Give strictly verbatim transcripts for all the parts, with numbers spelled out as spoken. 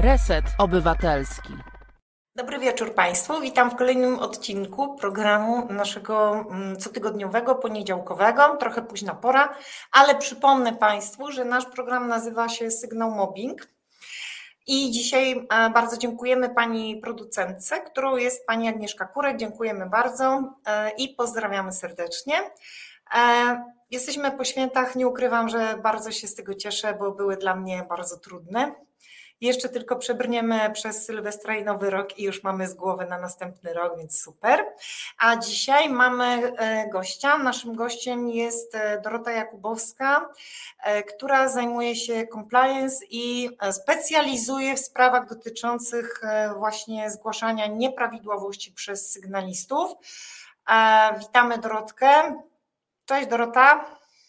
Reset Obywatelski. Dobry wieczór Państwu. Witam w kolejnym odcinku programu naszego cotygodniowego, poniedziałkowego. Trochę późna pora, ale przypomnę Państwu, że nasz program nazywa się Sygnał Mobbing. I dzisiaj bardzo dziękujemy Pani producentce, którą jest Pani Agnieszka Kurek. Dziękujemy bardzo i pozdrawiamy serdecznie. Jesteśmy po świętach, nie ukrywam, że bardzo się z tego cieszę, bo były dla mnie bardzo trudne. Jeszcze tylko przebrniemy przez Sylwestra i Nowy Rok i już mamy z głowy na następny rok, więc super. A dzisiaj mamy gościa. Naszym gościem jest Dorota Jakubowska, która zajmuje się compliance i specjalizuje w sprawach dotyczących właśnie zgłaszania nieprawidłowości przez sygnalistów. Witamy Dorotkę. Cześć Dorota.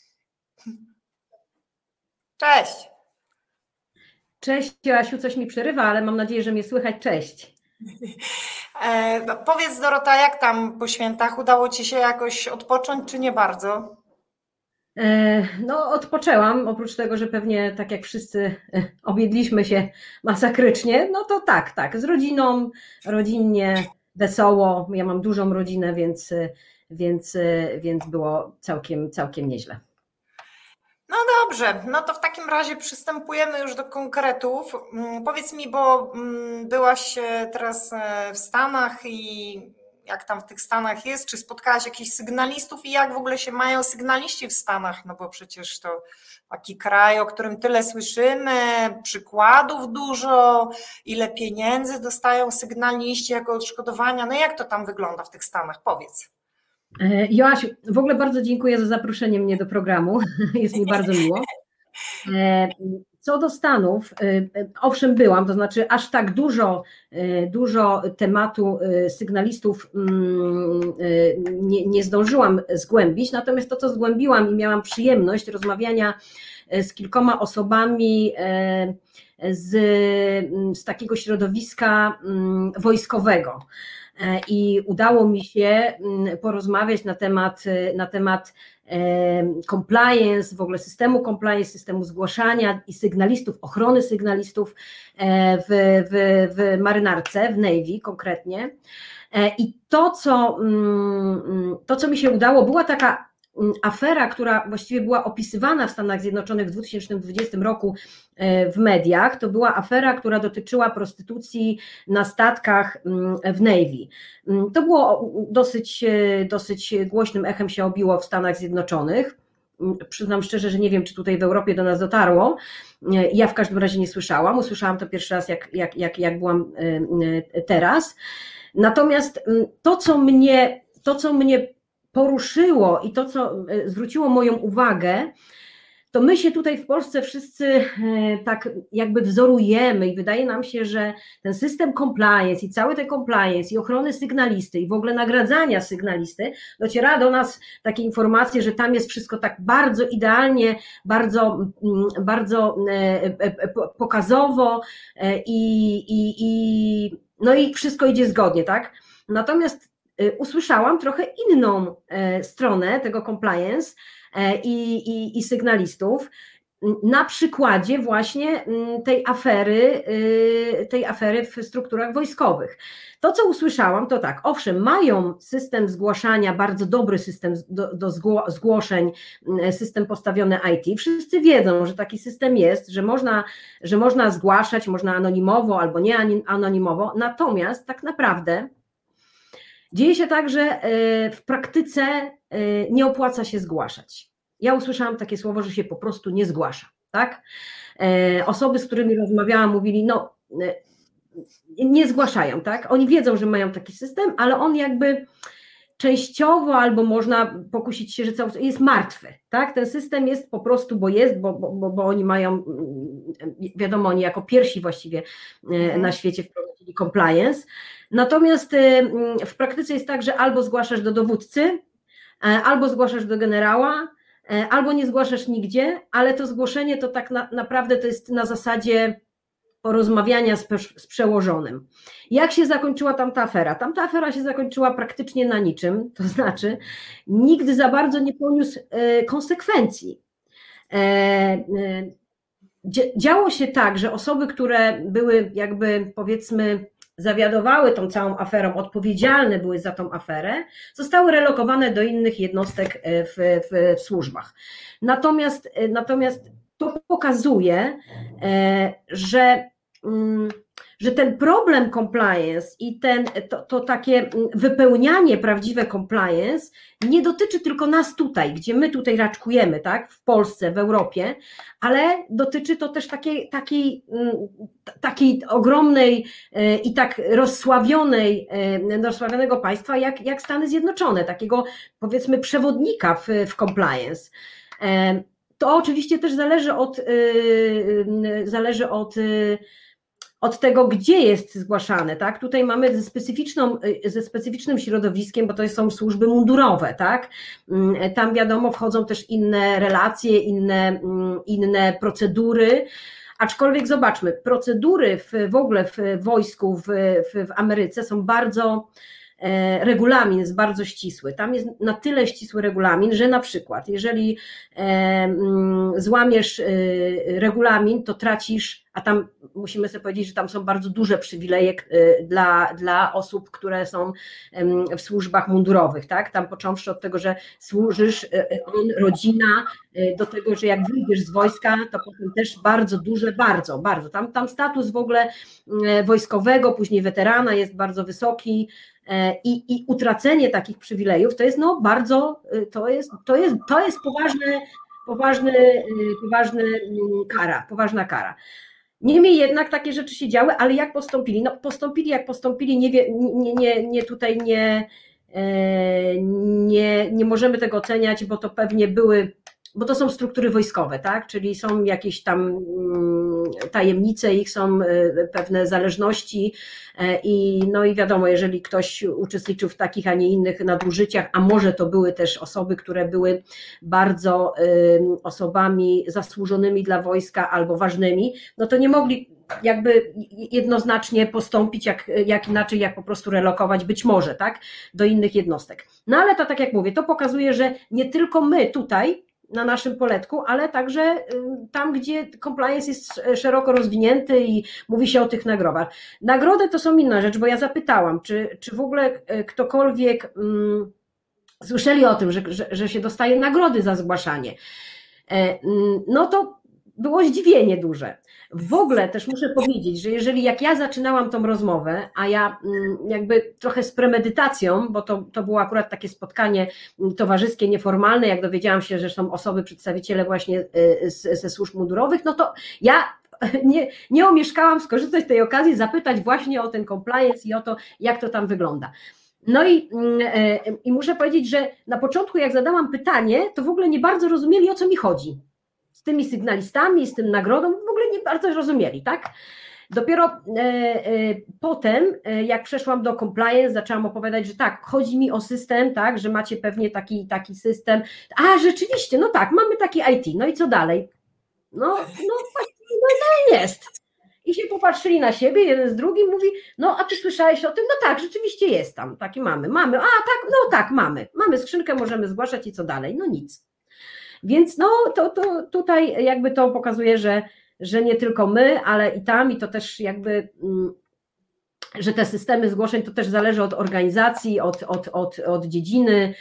Cześć. Cześć Joasiu, coś mi przerywa, ale mam nadzieję, że mnie słychać. Cześć. E, no, powiedz Dorota, jak tam po świętach? Udało Ci się jakoś odpocząć, czy nie bardzo? E, no odpoczęłam, oprócz tego, że pewnie tak jak wszyscy objedliśmy się masakrycznie, no to tak, tak, z rodziną, rodzinnie, wesoło. Ja mam dużą rodzinę, więc, więc, więc było całkiem, całkiem nieźle. No dobrze, no to w takim razie przystępujemy już do konkretów. Powiedz mi, bo byłaś teraz w Stanach i jak tam w tych Stanach jest, czy spotkałaś jakichś sygnalistów i jak w ogóle się mają sygnaliści w Stanach, no bo przecież to taki kraj, o którym tyle słyszymy, przykładów dużo, ile pieniędzy dostają sygnaliści jako odszkodowania, no jak to tam wygląda w tych Stanach, powiedz. Joasiu, w ogóle bardzo dziękuję za zaproszenie mnie do programu, jest mi bardzo miło. Co do Stanów, owszem byłam, to znaczy aż tak dużo, dużo tematu sygnalistów nie, nie zdążyłam zgłębić, natomiast to, co zgłębiłam i miałam przyjemność rozmawiania z kilkoma osobami z, z takiego środowiska wojskowego. I udało mi się porozmawiać na temat, na temat compliance, w ogóle systemu compliance, systemu zgłaszania i sygnalistów, ochrony sygnalistów w, w, w marynarce, w Navy konkretnie. I to co, to, co mi się udało, była taka afera, która właściwie była opisywana w Stanach Zjednoczonych w dwa tysiące dwudziestym roku w mediach, to była afera, która dotyczyła prostytucji na statkach w Navy. To było dosyć, dosyć głośnym echem się obiło w Stanach Zjednoczonych. Przyznam szczerze, że nie wiem, czy tutaj w Europie do nas dotarło. Ja w każdym razie nie słyszałam, usłyszałam to pierwszy raz, jak, jak, jak, jak byłam teraz. Natomiast to, co mnie, to, co mnie poruszyło i to, co zwróciło moją uwagę, to my się tutaj w Polsce wszyscy tak jakby wzorujemy i wydaje nam się, że ten system compliance i cały ten compliance i ochrony sygnalisty i w ogóle nagradzania sygnalisty, dociera do nas takie informacje, że tam jest wszystko tak bardzo idealnie, bardzo, bardzo pokazowo i, i, i, no i wszystko idzie zgodnie, tak? Natomiast usłyszałam trochę inną stronę tego compliance i, i, i sygnalistów na przykładzie właśnie tej afery, tej afery w strukturach wojskowych. To, co usłyszałam, to tak, owszem, mają system zgłaszania, bardzo dobry system do, do zgłoszeń, system postawiony I T. Wszyscy wiedzą, że taki system jest, że można, że można zgłaszać, można anonimowo albo nie anonimowo, natomiast tak naprawdę dzieje się tak, że w praktyce nie opłaca się zgłaszać. Ja usłyszałam takie słowo, że się po prostu nie zgłasza, tak? Osoby, z którymi rozmawiałam, mówili, no nie zgłaszają, tak? Oni wiedzą, że mają taki system, ale on jakby częściowo albo można pokusić się, że cały jest martwy, tak? Ten system jest po prostu, bo jest, bo, bo, bo oni mają, wiadomo, oni jako pierwsi właściwie na świecie wprowadzili compliance. Natomiast w praktyce jest tak, że albo zgłaszasz do dowódcy, albo zgłaszasz do generała, albo nie zgłaszasz nigdzie, ale to zgłoszenie to tak na, naprawdę to jest na zasadzie porozmawiania z, z przełożonym. Jak się zakończyła tamta afera? Tamta afera się zakończyła praktycznie na niczym, to znaczy nikt za bardzo nie poniósł konsekwencji. działo się tak, że osoby, które były jakby powiedzmy zawiadowały tą całą aferą, odpowiedzialne były za tą aferę, zostały relokowane do innych jednostek w, w, w służbach. Natomiast, natomiast to pokazuje, że, że ten problem compliance i ten, to, to takie wypełnianie prawdziwe compliance nie dotyczy tylko nas tutaj, gdzie my tutaj raczkujemy, tak, w Polsce, w Europie, ale dotyczy to też takiej, takiej, takiej ogromnej i tak rozsławionej, rozsławionego państwa jak, jak Stany Zjednoczone, takiego powiedzmy przewodnika w, w compliance. To oczywiście też zależy od, zależy od od tego, gdzie jest zgłaszane, tak? Tutaj mamy ze, specyficzną, ze specyficznym środowiskiem, bo to są służby mundurowe, tak? Tam wiadomo wchodzą też inne relacje, inne, inne procedury, aczkolwiek zobaczmy, procedury w, w ogóle w wojsku, w, w, w Ameryce są bardzo, regulamin jest bardzo ścisły, tam jest na tyle ścisły regulamin, że na przykład jeżeli złamiesz regulamin, to tracisz, a tam musimy sobie powiedzieć, że tam są bardzo duże przywileje dla, dla osób, które są w służbach mundurowych, tak? Tam począwszy od tego, że służysz, on, rodzina, do tego, że jak wyjdziesz z wojska, to potem też bardzo duże, bardzo, bardzo, tam, tam status w ogóle wojskowego, później weterana jest bardzo wysoki, I, i utracenie takich przywilejów to jest no bardzo, to jest, to jest, to jest poważny, poważny, poważny kara, poważna kara. Niemniej jednak takie rzeczy się działy, ale jak postąpili? No postąpili jak postąpili, nie, wie, nie, nie, nie tutaj nie, nie, nie możemy tego oceniać, bo to pewnie były, bo to są struktury wojskowe, tak? Czyli są jakieś tam tajemnice, ich są pewne zależności i no i wiadomo, jeżeli ktoś uczestniczył w takich, a nie innych nadużyciach, a może to były też osoby, które były bardzo osobami zasłużonymi dla wojska albo ważnymi, no to nie mogli jakby jednoznacznie postąpić, jak, jak inaczej, jak po prostu relokować być może, tak? Do innych jednostek. No ale to tak jak mówię, to pokazuje, że nie tylko my tutaj na naszym poletku, ale także tam, gdzie compliance jest szeroko rozwinięty i mówi się o tych nagrodach. Nagrody to są inna rzecz, bo ja zapytałam, czy, czy w ogóle ktokolwiek um, słyszeli o tym, że, że, że się dostaje nagrody za zgłaszanie. No to było zdziwienie duże. W ogóle też muszę powiedzieć, że jeżeli jak ja zaczynałam tą rozmowę, a ja jakby trochę z premedytacją, bo to, to było akurat takie spotkanie towarzyskie, nieformalne, jak dowiedziałam się, że są osoby, przedstawiciele właśnie ze służb mundurowych, no to ja nie, nie omieszkałam skorzystać z tej okazji, zapytać właśnie o ten compliance i o to, jak to tam wygląda. No i, i muszę powiedzieć, że na początku jak zadałam pytanie, to w ogóle nie bardzo rozumieli, o co mi chodzi. Z tymi sygnalistami, z tym nagrodą, w ogóle nie bardzo rozumieli, tak? Dopiero e, e, potem, e, jak przeszłam do compliance, zaczęłam opowiadać, że tak, chodzi mi o system, tak, że macie pewnie taki, taki system. A rzeczywiście, no tak, mamy taki I T, no i co dalej? No, no właściwie no, no jest. I się popatrzyli na siebie, jeden z drugim mówi, no a ty słyszałeś o tym? No tak, rzeczywiście jest tam, taki mamy, mamy, a tak, no tak, mamy, mamy skrzynkę, możemy zgłaszać i co dalej? No nic. Więc no to, to tutaj jakby to pokazuje, że, że nie tylko my, ale i tam i to też jakby, że te systemy zgłoszeń to też zależy od organizacji, od, od, od, od dziedziny,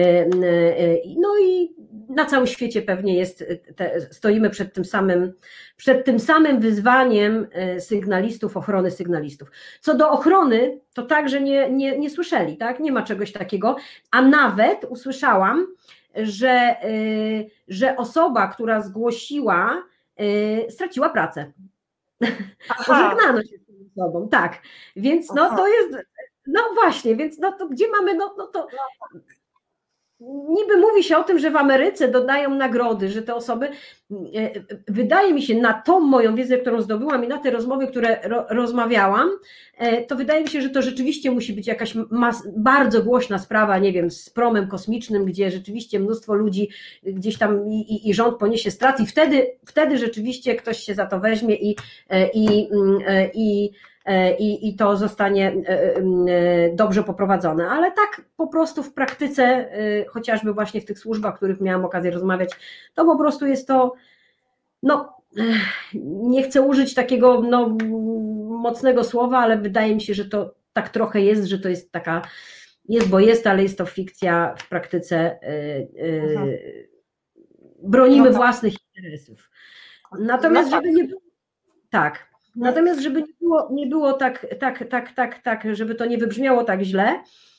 no i na całym świecie pewnie jest, te, stoimy przed tym samym, przed tym samym wyzwaniem sygnalistów, ochrony sygnalistów. Co do ochrony, to także nie, nie, nie słyszeli, tak? Nie ma czegoś takiego, a nawet usłyszałam, że, że osoba, która zgłosiła, straciła pracę. Pożegnano się z tą osobą, tak. Więc no to jest, no właśnie, więc no to gdzie mamy, no, no to niby mówi się o tym, że w Ameryce dodają nagrody, że te osoby, wydaje mi się, na tą moją wiedzę, którą zdobyłam i na te rozmowy, które ro, rozmawiałam, to wydaje mi się, że to rzeczywiście musi być jakaś mas, bardzo głośna sprawa, nie wiem, z promem kosmicznym, gdzie rzeczywiście mnóstwo ludzi gdzieś tam i, i, i rząd poniesie straty i wtedy, wtedy rzeczywiście ktoś się za to weźmie i, i, i I, i to zostanie dobrze poprowadzone, ale tak po prostu w praktyce, chociażby właśnie w tych służbach, o których miałam okazję rozmawiać, to po prostu jest to, no nie chcę użyć takiego no, mocnego słowa, ale wydaje mi się, że to tak trochę jest, że to jest taka, jest bo jest, ale jest to fikcja w praktyce. Mhm. Bronimy no tak. własnych interesów. Natomiast no tak. żeby nie było tak, natomiast żeby nie było, nie było tak, tak, tak, tak, tak, żeby to nie wybrzmiało tak źle,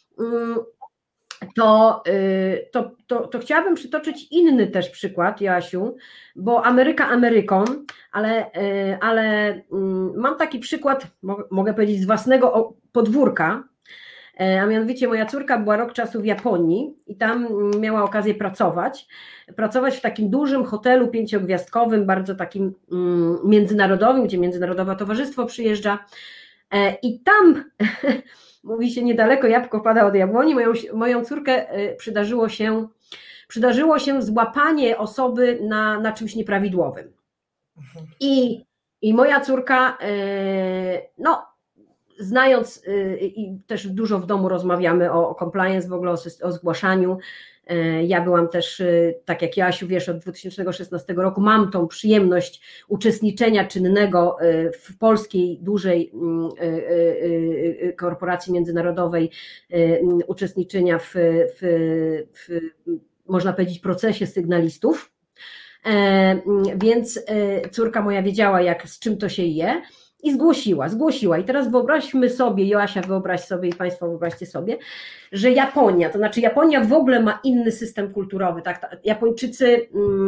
to, to, to, to chciałabym przytoczyć inny też przykład, Joasiu, bo Ameryka Ameryką, ale, ale mam taki przykład, mogę powiedzieć, z własnego podwórka, a mianowicie moja córka była rok czasu w Japonii i tam miała okazję pracować, pracować w takim dużym hotelu pięciogwiazdkowym, bardzo takim międzynarodowym, gdzie międzynarodowe towarzystwo przyjeżdża i tam, mówi się niedaleko, jabłko pada od jabłoni, moją, moją córkę przydarzyło się, przydarzyło się złapanie osoby na, na czymś nieprawidłowym i, i moja córka, no znając i też dużo w domu rozmawiamy o compliance, w ogóle o, o zgłaszaniu. Ja byłam też, tak jak Joasiu wiesz, od dwa tysiące szesnastego roku mam tą przyjemność uczestniczenia czynnego w polskiej dużej korporacji międzynarodowej, uczestniczenia w, w, w można powiedzieć, procesie sygnalistów, więc córka moja wiedziała, jak, z czym to się je. I zgłosiła, zgłosiła. I teraz wyobraźmy sobie, Joasia, wyobraź sobie i Państwo wyobraźcie sobie, że Japonia, to znaczy Japonia w ogóle ma inny system kulturowy, tak? Japończycy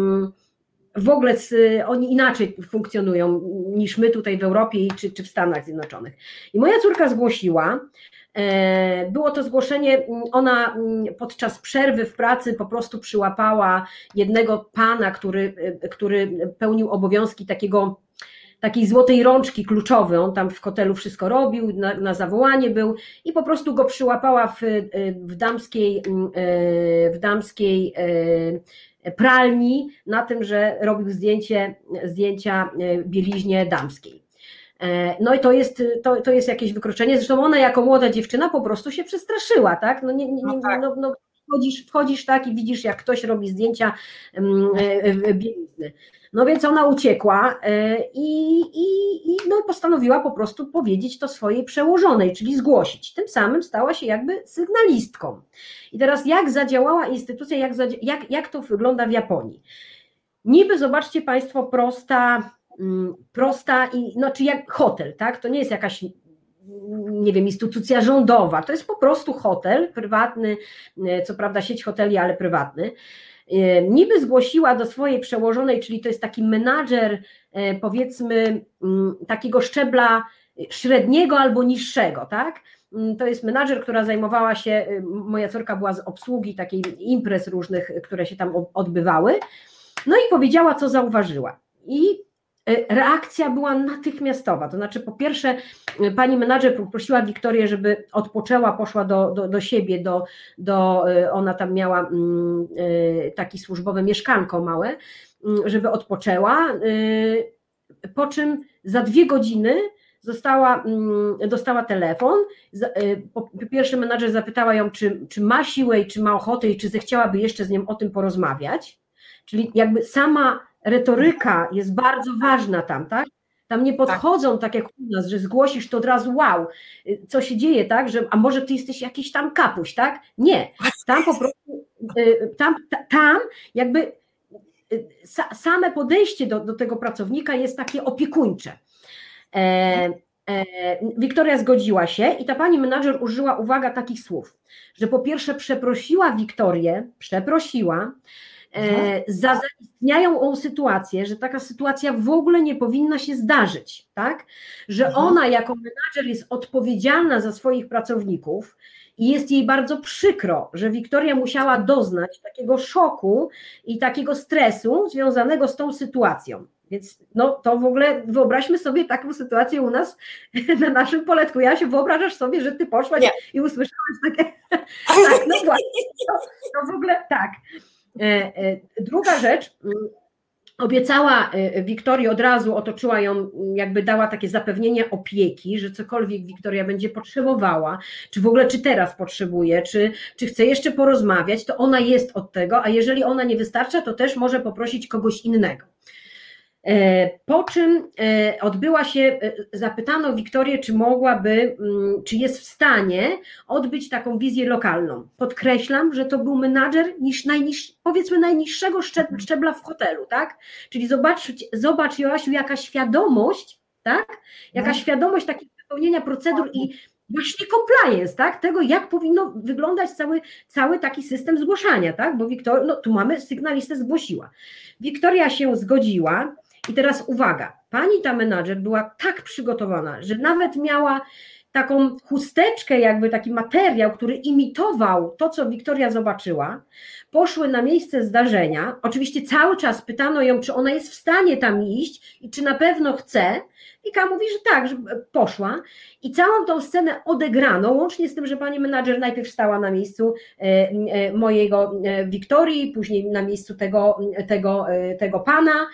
w ogóle, oni inaczej funkcjonują niż my tutaj w Europie czy, czy w Stanach Zjednoczonych. I moja córka zgłosiła, było to zgłoszenie, ona podczas przerwy w pracy po prostu przyłapała jednego pana, który, który pełnił obowiązki takiego takiej złotej rączki kluczowy, on tam w hotelu wszystko robił, na, na zawołanie był i po prostu go przyłapała w, w damskiej, w damskiej pralni na tym, że robił zdjęcie, zdjęcia bieliźnie damskiej. No i to jest, to, to jest jakieś wykroczenie, zresztą ona jako młoda dziewczyna po prostu się przestraszyła, tak? No, nie, nie, no, tak. no, no wchodzisz, wchodzisz tak i widzisz, jak ktoś robi zdjęcia bielizny. No więc ona uciekła i, i, i no postanowiła po prostu powiedzieć to swojej przełożonej, czyli zgłosić. Tym samym stała się jakby sygnalistką. I teraz jak zadziałała instytucja, jak, zadzia- jak, jak to wygląda w Japonii? Niby zobaczcie Państwo prosta, prosta i znaczy jak hotel, tak? To nie jest jakaś, nie wiem, instytucja rządowa, to jest po prostu hotel prywatny, co prawda sieć hoteli, ale prywatny. Niby zgłosiła do swojej przełożonej, czyli to jest taki menadżer, powiedzmy takiego szczebla średniego albo niższego, tak? To jest menadżer, która zajmowała się, moja córka była z obsługi takiej imprez różnych, które się tam odbywały, no i powiedziała, co zauważyła. I reakcja była natychmiastowa, to znaczy po pierwsze pani menadżer poprosiła Wiktorię, żeby odpoczęła, poszła do, do, do siebie, do, do, ona tam miała takie służbowe mieszkanko małe, żeby odpoczęła, po czym za dwie godziny została, dostała telefon, po pierwsze menadżer zapytała ją, czy, czy ma siłę i czy ma ochotę i czy zechciałaby jeszcze z nią o tym porozmawiać, czyli jakby sama retoryka jest bardzo ważna tam, tak? Tam nie podchodzą tak jak u nas, że zgłosisz to od razu wow, co się dzieje, tak? Że, a może ty jesteś jakiś tam kapuś, tak? Nie, tam po prostu, tam, tam jakby same podejście do, do tego pracownika jest takie opiekuńcze. E, e, Wiktoria zgodziła się i ta pani menadżer użyła, uwaga, takich słów, że po pierwsze przeprosiła Wiktorię, przeprosiła, za zaistniałą sytuację, że taka sytuacja w ogóle nie powinna się zdarzyć, tak? Że Aha. ona jako menadżer jest odpowiedzialna za swoich pracowników i jest jej bardzo przykro, że Wiktoria musiała doznać takiego szoku i takiego stresu związanego z tą sytuacją. Więc no to w ogóle wyobraźmy sobie taką sytuację u nas na naszym poletku. Ja się wyobrażasz sobie, że ty poszłaś nie. i usłyszałaś takie, tak, no właśnie, to, to w ogóle tak. Druga rzecz, obiecała Wiktorii, od razu otoczyła ją, jakby dała takie zapewnienie opieki, że cokolwiek Wiktoria będzie potrzebowała, czy w ogóle czy teraz potrzebuje, czy, czy chce jeszcze porozmawiać, to ona jest od tego, a jeżeli ona nie wystarcza, to też może poprosić kogoś innego. Po czym odbyła się, zapytano Wiktorię, czy mogłaby, czy jest w stanie odbyć taką wizję lokalną. Podkreślam, że to był menadżer niż najniż, powiedzmy najniższego szczebla w hotelu, tak? Czyli zobacz, zobacz Joasiu, jaka świadomość, tak? Jaka no. świadomość takiego wypełnienia procedur i właśnie compliance, tak? Tego, jak powinno wyglądać cały, cały taki system zgłaszania, tak? Bo Wiktoria, no tu mamy, sygnalistę zgłosiła. Wiktoria się zgodziła i teraz uwaga, pani ta menadżer była tak przygotowana, że nawet miała taką chusteczkę, jakby taki materiał, który imitował to, co Wiktoria zobaczyła. Poszły na miejsce zdarzenia, oczywiście cały czas pytano ją, czy ona jest w stanie tam iść i czy na pewno chce. Wika mówi, że tak, że poszła i całą tą scenę odegrano, łącznie z tym, że pani menadżer najpierw stała na miejscu mojego Wiktorii, później na miejscu tego, tego, tego pana,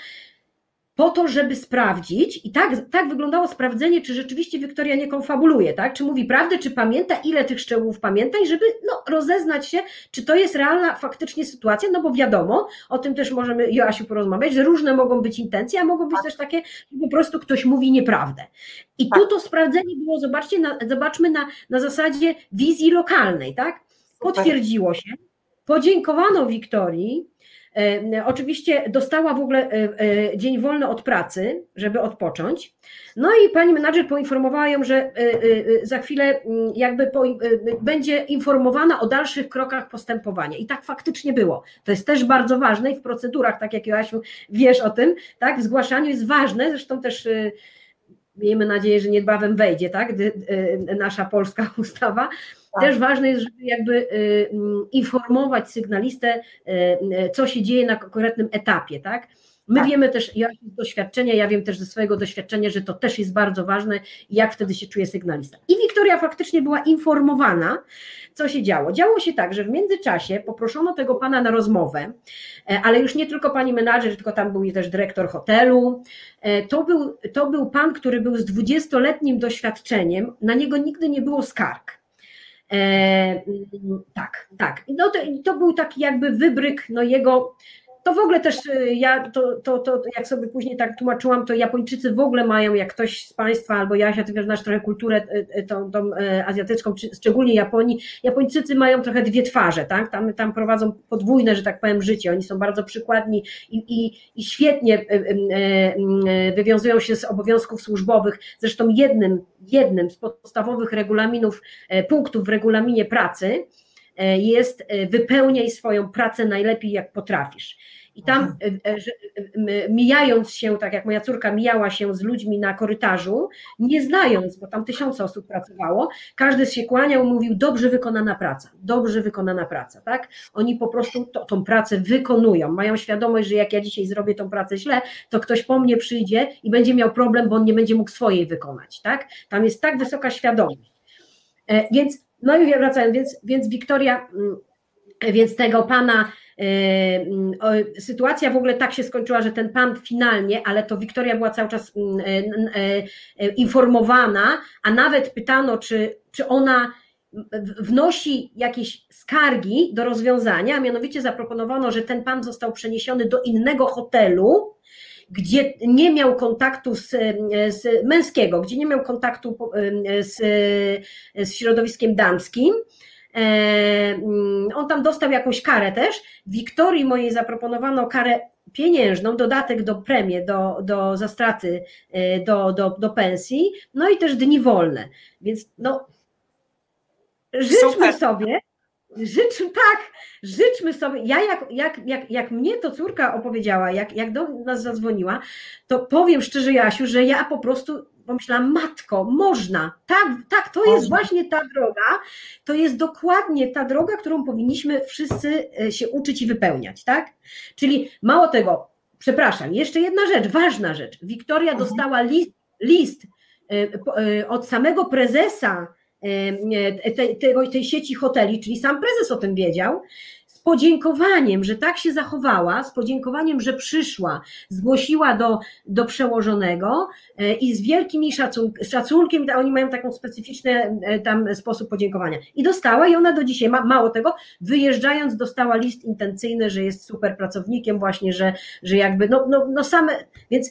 po to, żeby sprawdzić, i tak, tak wyglądało sprawdzenie, czy rzeczywiście Wiktoria nie konfabuluje, tak? Czy mówi prawdę, czy pamięta, ile tych szczegółów pamięta i żeby no, rozeznać się, czy to jest realna faktycznie sytuacja, no bo wiadomo, o tym też możemy, Joasiu, porozmawiać, że różne mogą być intencje, a mogą być też takie, że po prostu ktoś mówi nieprawdę. I tu to sprawdzenie było, zobaczcie, na, zobaczmy na, na zasadzie wizji lokalnej, tak? Potwierdziło się, podziękowano Wiktorii. Oczywiście dostała w ogóle dzień wolny od pracy, żeby odpocząć. No i pani menadżer poinformowała ją, że za chwilę jakby po, będzie informowana o dalszych krokach postępowania. I tak faktycznie było. To jest też bardzo ważne i w procedurach, tak jak Joasiu wiesz o tym, tak, w zgłaszaniu jest ważne, zresztą też miejmy nadzieję, że niebawem wejdzie, tak, nasza polska ustawa. Też ważne jest, żeby jakby informować sygnalistę, co się dzieje na konkretnym etapie, tak? My tak. wiemy też, ja z doświadczenia, ja wiem też ze swojego doświadczenia, że to też jest bardzo ważne, jak wtedy się czuje sygnalista. I Wiktoria faktycznie była informowana, co się działo. Działo się tak, że w międzyczasie poproszono tego pana na rozmowę, ale już nie tylko pani menadżer, tylko tam był też dyrektor hotelu. To był, to był pan, który był z dwudziestoletnim doświadczeniem, na niego nigdy nie było skarg. E, tak, tak. No to, to był taki jakby wybryk no jego, to w ogóle też ja, to, to, to jak sobie później tak tłumaczyłam, to Japończycy w ogóle mają, jak ktoś z Państwa, albo Jasia, ty wiesz, znasz trochę kulturę tą, tą azjatycką, szczególnie Japonii, Japończycy mają trochę dwie twarze, tak? Tam, tam prowadzą podwójne, że tak powiem, życie, oni są bardzo przykładni i, i, i świetnie wywiązują się z obowiązków służbowych, zresztą jednym, jednym z podstawowych regulaminów, punktów w regulaminie pracy jest wypełniaj swoją pracę najlepiej jak potrafisz. I tam mijając się, tak jak moja córka mijała się z ludźmi na korytarzu, nie znając, bo tam tysiące osób pracowało, każdy się kłaniał, mówił dobrze wykonana praca, dobrze wykonana praca, tak? Oni po prostu to, tą pracę wykonują, mają świadomość, że jak ja dzisiaj zrobię tą pracę źle, to ktoś po mnie przyjdzie i będzie miał problem, bo on nie będzie mógł swojej wykonać, tak? Tam jest tak wysoka świadomość. Więc no i wracając, więc, więc Wiktoria, więc tego pana, y, sytuacja w ogóle tak się skończyła, że ten pan finalnie, ale to Wiktoria była cały czas y, y, y, informowana, a nawet pytano, czy, czy ona wnosi jakieś skargi do rozwiązania, a mianowicie zaproponowano, że ten pan został przeniesiony do innego hotelu, gdzie nie miał kontaktu z, z męskiego, gdzie nie miał kontaktu z, z środowiskiem damskim. On tam dostał jakąś karę też. Wiktorii mojej zaproponowano karę pieniężną, dodatek do premii, do, do, za straty do, do, do pensji, no i też dni wolne. Więc no, życzmy Super. sobie, Życzmy, tak, życzmy sobie, ja jak, jak, jak, jak mnie to córka opowiedziała, jak, jak do nas zadzwoniła, to powiem szczerze, Jasiu, że ja po prostu pomyślałam, matko, można, tak, tak, to można. Jest właśnie ta droga, to jest dokładnie ta droga, którą powinniśmy wszyscy się uczyć i wypełniać, tak? Czyli mało tego, przepraszam, jeszcze jedna rzecz, ważna rzecz, Wiktoria mhm. dostała list, list od samego prezesa Tej, tej, tej sieci hoteli, czyli sam prezes o tym wiedział, z podziękowaniem, że tak się zachowała, z podziękowaniem, że przyszła, zgłosiła do, do przełożonego i z wielkim szacun, szacunkiem, oni mają taką specyficzny tam sposób podziękowania. I dostała i ona do dzisiaj, ma, mało tego, wyjeżdżając dostała list intencyjny, że jest super pracownikiem właśnie, że, że jakby, no, no, no same, więc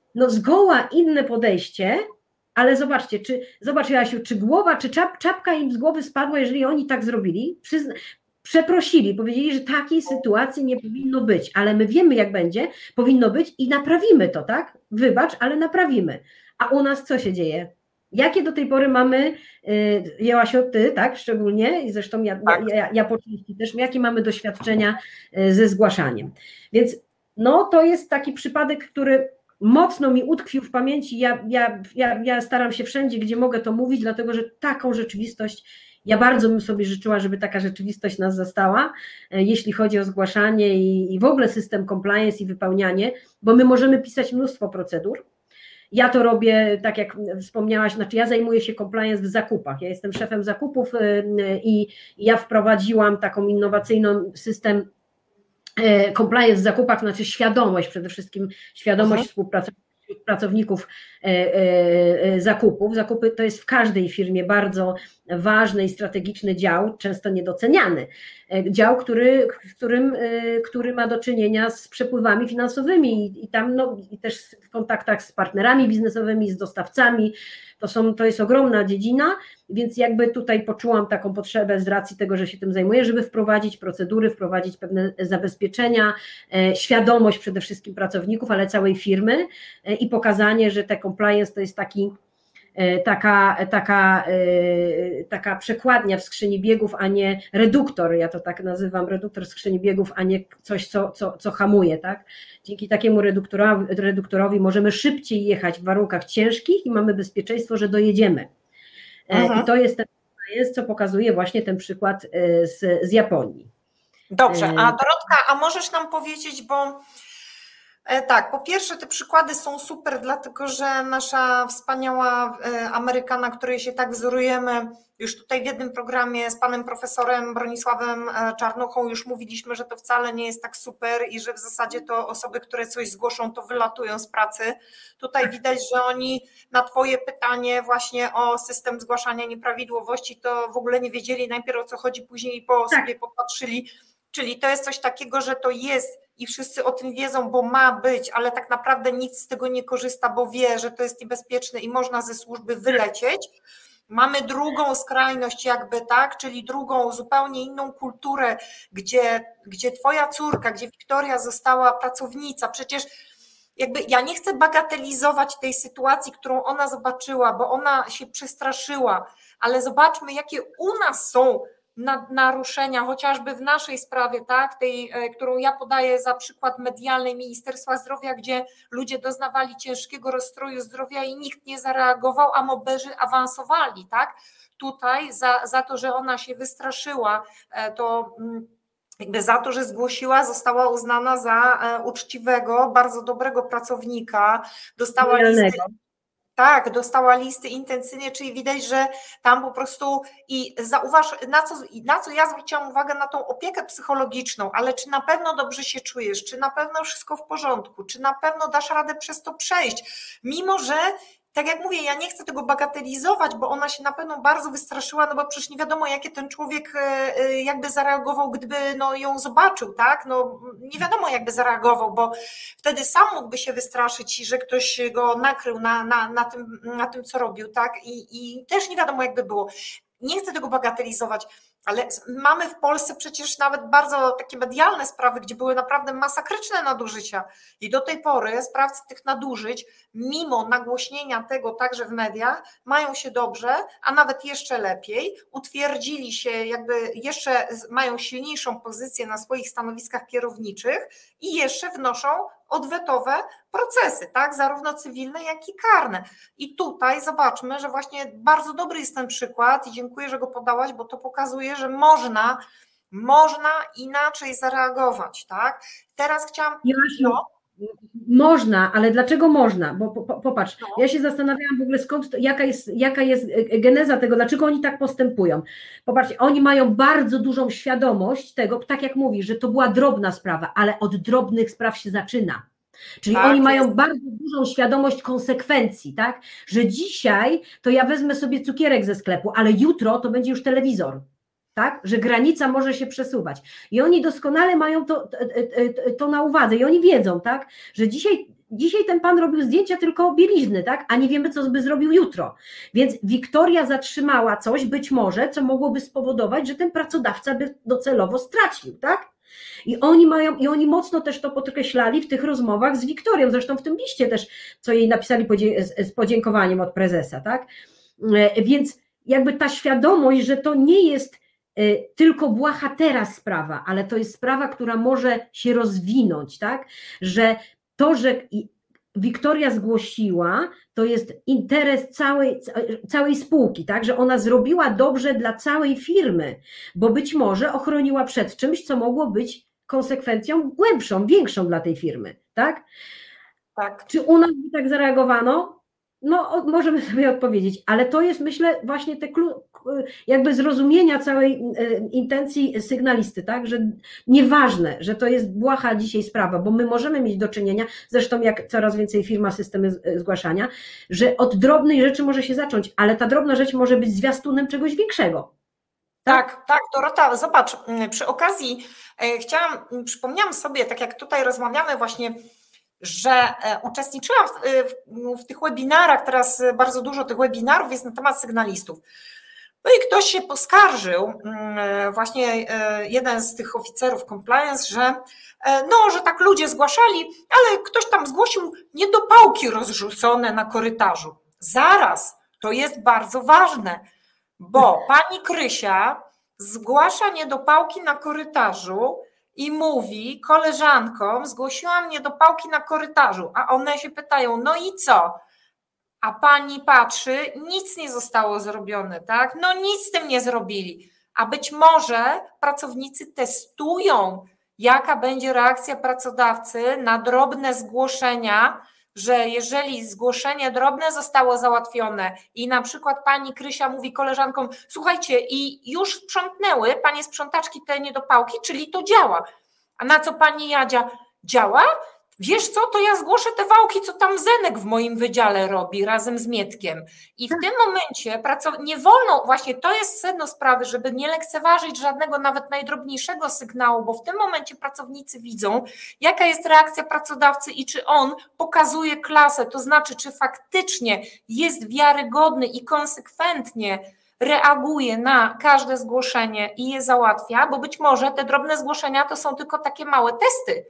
no zgoła inne podejście, ale zobaczcie, czy, zobacz Jasiu, czy głowa, czy czap, czapka im z głowy spadła, jeżeli oni tak zrobili, Przyzna, przeprosili, powiedzieli, że takiej sytuacji nie powinno być, ale my wiemy jak będzie, powinno być i naprawimy to, tak? Wybacz, ale naprawimy. A u nas co się dzieje? Jakie do tej pory mamy, Joasiu, ty, tak, szczególnie, i zresztą ja, tak. ja, ja, ja po części też, jakie mamy doświadczenia ze zgłaszaniem. Więc no to jest taki przypadek, który mocno mi utkwił w pamięci, ja, ja, ja, ja staram się wszędzie, gdzie mogę to mówić, dlatego że taką rzeczywistość, ja bardzo bym sobie życzyła, żeby taka rzeczywistość nas zastała, jeśli chodzi o zgłaszanie i, i w ogóle system compliance i wypełnianie, bo my możemy pisać mnóstwo procedur. Ja to robię, tak jak wspomniałaś, znaczy ja zajmuję się compliance w zakupach, ja jestem szefem zakupów i ja wprowadziłam taką innowacyjną system compliance w zakupach, znaczy świadomość, przede wszystkim świadomość współpracowników pracowników zakupów. Zakupy to jest w każdej firmie bardzo ważny i strategiczny dział, często niedoceniany. Dział, który, w którym, który ma do czynienia z przepływami finansowymi i, i tam no, i też w kontaktach z partnerami biznesowymi, z dostawcami. To, są, to jest ogromna dziedzina, więc jakby tutaj poczułam taką potrzebę z racji tego, że się tym zajmuję, żeby wprowadzić procedury, wprowadzić pewne zabezpieczenia, świadomość przede wszystkim pracowników, ale całej firmy i pokazanie, że te compliance to jest taki Taka, taka, taka przekładnia w skrzyni biegów, a nie reduktor, ja to tak nazywam, reduktor skrzyni biegów, a nie coś, co, co, co hamuje, tak? Dzięki takiemu reduktorowi, reduktorowi możemy szybciej jechać w warunkach ciężkich i mamy bezpieczeństwo, że dojedziemy. Aha. I to jest ten, co pokazuje właśnie ten przykład z, z Japonii. Dobrze, a Dorotka, a możesz nam powiedzieć, bo tak, po pierwsze te przykłady są super, dlatego że nasza wspaniała Amerykana, której się tak wzorujemy, już tutaj w jednym programie z panem profesorem Bronisławem Czarnuchą już mówiliśmy, że to wcale nie jest tak super i że w zasadzie to osoby, które coś zgłoszą, to wylatują z pracy. Tutaj widać, że oni na twoje pytanie właśnie o system zgłaszania nieprawidłowości to w ogóle nie wiedzieli najpierw o co chodzi, później po tak. sobie popatrzyli. Czyli to jest coś takiego, że to jest i wszyscy o tym wiedzą, bo ma być, ale tak naprawdę nikt z tego nie korzysta, bo wie, że to jest niebezpieczne i można ze służby wylecieć. Mamy drugą skrajność jakby, tak, czyli drugą, zupełnie inną kulturę, gdzie, gdzie twoja córka, gdzie Wiktoria została pracownica, przecież jakby ja nie chcę bagatelizować tej sytuacji, którą ona zobaczyła, bo ona się przestraszyła, ale zobaczmy, jakie u nas są naruszenia, chociażby w naszej sprawie, tak, tej, którą ja podaję za przykład medialnej Ministerstwa Zdrowia, gdzie ludzie doznawali ciężkiego rozstroju zdrowia i nikt nie zareagował, a moberzy awansowali, tak. Tutaj za, za to, że ona się wystraszyła, to jakby za to, że zgłosiła, została uznana za uczciwego, bardzo dobrego pracownika, dostała listy. Tak, dostała listy intensywnie, czyli widać, że tam po prostu i zauważ, na co, na co ja zwróciłam uwagę, na tą opiekę psychologiczną, ale czy na pewno dobrze się czujesz, czy na pewno wszystko w porządku, czy na pewno dasz radę przez to przejść, mimo że tak jak mówię, ja nie chcę tego bagatelizować, bo ona się na pewno bardzo wystraszyła, no bo przecież nie wiadomo, jakie ten człowiek jakby zareagował, gdyby no ją zobaczył, tak? No nie wiadomo, jakby zareagował, bo wtedy sam mógłby się wystraszyć, że ktoś go nakrył na, na, na, tym, na tym, co robił, tak? I, i też nie wiadomo, jakby było. Nie chcę tego bagatelizować, ale mamy w Polsce przecież nawet bardzo takie medialne sprawy, gdzie były naprawdę masakryczne nadużycia i do tej pory sprawcy tych nadużyć, mimo nagłośnienia tego także w mediach, mają się dobrze, a nawet jeszcze lepiej, utwierdzili się, jakby jeszcze mają silniejszą pozycję na swoich stanowiskach kierowniczych i jeszcze wnoszą odwetowe procesy, tak, zarówno cywilne, jak i karne. I tutaj zobaczmy, że właśnie bardzo dobry jest ten przykład i dziękuję, że go podałaś, bo to pokazuje, że można, można inaczej zareagować, tak. Teraz chciałam... No, można, ale dlaczego można? Bo po, po, popatrz, no. Ja się zastanawiałam w ogóle skąd, to, jaka jest, jaka jest geneza tego, dlaczego oni tak postępują. Popatrzcie, oni mają bardzo dużą świadomość tego, tak jak mówisz, że to była drobna sprawa, ale od drobnych spraw się zaczyna. Czyli tak, oni mają jest. bardzo dużą świadomość konsekwencji, tak? Że dzisiaj to ja wezmę sobie cukierek ze sklepu, ale jutro to będzie już telewizor. Tak? Że granica może się przesuwać. I oni doskonale mają to, to, to na uwadze i oni wiedzą, tak? Że dzisiaj dzisiaj ten pan robił zdjęcia tylko bielizny, tak? A nie wiemy, co by zrobił jutro. Więc Wiktoria zatrzymała coś, być może, co mogłoby spowodować, że ten pracodawca by docelowo stracił, tak? I oni mają, i oni mocno też to podkreślali w tych rozmowach z Wiktorią, zresztą w tym liście też, co jej napisali z podziękowaniem od prezesa, tak? Więc jakby ta świadomość, że to nie jest tylko błaha teraz sprawa, ale to jest sprawa, która może się rozwinąć, tak? Że to, że Wiktoria zgłosiła, to jest interes całej, całej spółki, tak? Że ona zrobiła dobrze dla całej firmy, bo być może ochroniła przed czymś, co mogło być konsekwencją głębszą, większą dla tej firmy, tak? Tak. Czy u nas by tak zareagowano? No, możemy sobie odpowiedzieć, ale to jest, myślę, właśnie te jakby zrozumienia całej intencji sygnalisty, tak, że nieważne, że to jest błaha dzisiaj sprawa, bo my możemy mieć do czynienia, zresztą jak coraz więcej firm ma systemy zgłaszania, że od drobnej rzeczy może się zacząć, ale ta drobna rzecz może być zwiastunem czegoś większego. Tak, tak, Dorota, zobacz, przy okazji e, chciałam, przypomniałam sobie, tak jak tutaj rozmawiamy właśnie, że uczestniczyłam w, w, w tych webinarach, teraz bardzo dużo tych webinarów jest na temat sygnalistów. No i ktoś się poskarżył, właśnie jeden z tych oficerów compliance, że no, że tak ludzie zgłaszali, ale ktoś tam zgłosił niedopałki rozrzucone na korytarzu. Zaraz, to jest bardzo ważne, bo pani Krysia zgłasza niedopałki na korytarzu i mówi koleżankom, zgłosiłam niedopałki na korytarzu, a one się pytają, no i co? A pani patrzy, nic nie zostało zrobione, tak? No nic z tym nie zrobili. A być może pracownicy testują, jaka będzie reakcja pracodawcy na drobne zgłoszenia, że jeżeli zgłoszenie drobne zostało załatwione i na przykład pani Krysia mówi koleżankom, słuchajcie, i już sprzątnęły panie sprzątaczki te niedopałki, czyli to działa. A na co pani Jadzia? Działa? Wiesz co, to ja zgłoszę te wałki, co tam Zenek w moim wydziale robi razem z Mietkiem. I w tym momencie pracow- nie wolno, właśnie to jest sedno sprawy, żeby nie lekceważyć żadnego nawet najdrobniejszego sygnału, bo w tym momencie pracownicy widzą, jaka jest reakcja pracodawcy i czy on pokazuje klasę, to znaczy, czy faktycznie jest wiarygodny i konsekwentnie reaguje na każde zgłoszenie i je załatwia, bo być może te drobne zgłoszenia to są tylko takie małe testy,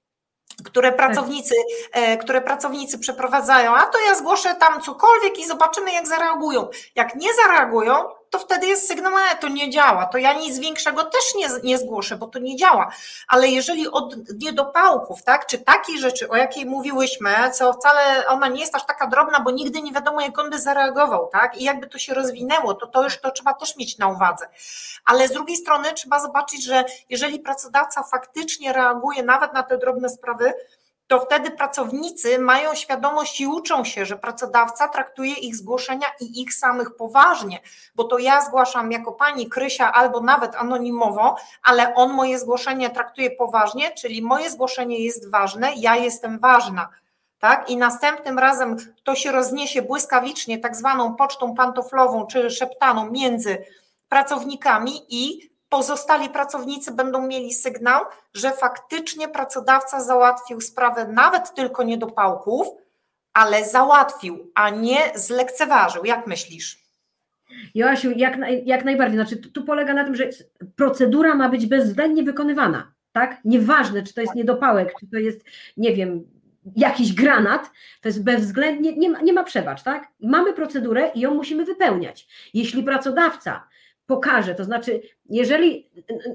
które pracownicy, które pracownicy przeprowadzają, a to ja zgłoszę tam cokolwiek i zobaczymy, jak zareagują. Jak nie zareagują, to wtedy jest sygnał, ale to nie działa, to ja nic większego też nie, nie zgłoszę, bo to nie działa. Ale jeżeli od niedopałków, tak, czy takiej rzeczy, o jakiej mówiłyśmy, co wcale ona nie jest aż taka drobna, bo nigdy nie wiadomo, jak on by zareagował, tak, i jakby to się rozwinęło, to to już to trzeba też mieć na uwadze. Ale z drugiej strony trzeba zobaczyć, że jeżeli pracodawca faktycznie reaguje nawet na te drobne sprawy, to wtedy pracownicy mają świadomość i uczą się, że pracodawca traktuje ich zgłoszenia i ich samych poważnie, bo to ja zgłaszam jako pani Krysia albo nawet anonimowo, ale on moje zgłoszenie traktuje poważnie, czyli moje zgłoszenie jest ważne, ja jestem ważna. Tak? I następnym razem to się rozniesie błyskawicznie tak zwaną pocztą pantoflową czy szeptaną między pracownikami i pozostali pracownicy będą mieli sygnał, że faktycznie pracodawca załatwił sprawę nawet tylko niedopałków, ale załatwił, a nie zlekceważył. Jak myślisz? Joasiu, jak, jak najbardziej. Znaczy, tu, tu polega na tym, że procedura ma być bezwzględnie wykonywana. Tak? Nieważne, czy to jest niedopałek, czy to jest, nie wiem, jakiś granat, to jest bezwzględnie, nie ma, nie ma przebacz. Tak? Mamy procedurę i ją musimy wypełniać. Jeśli pracodawca pokaże, to znaczy, jeżeli,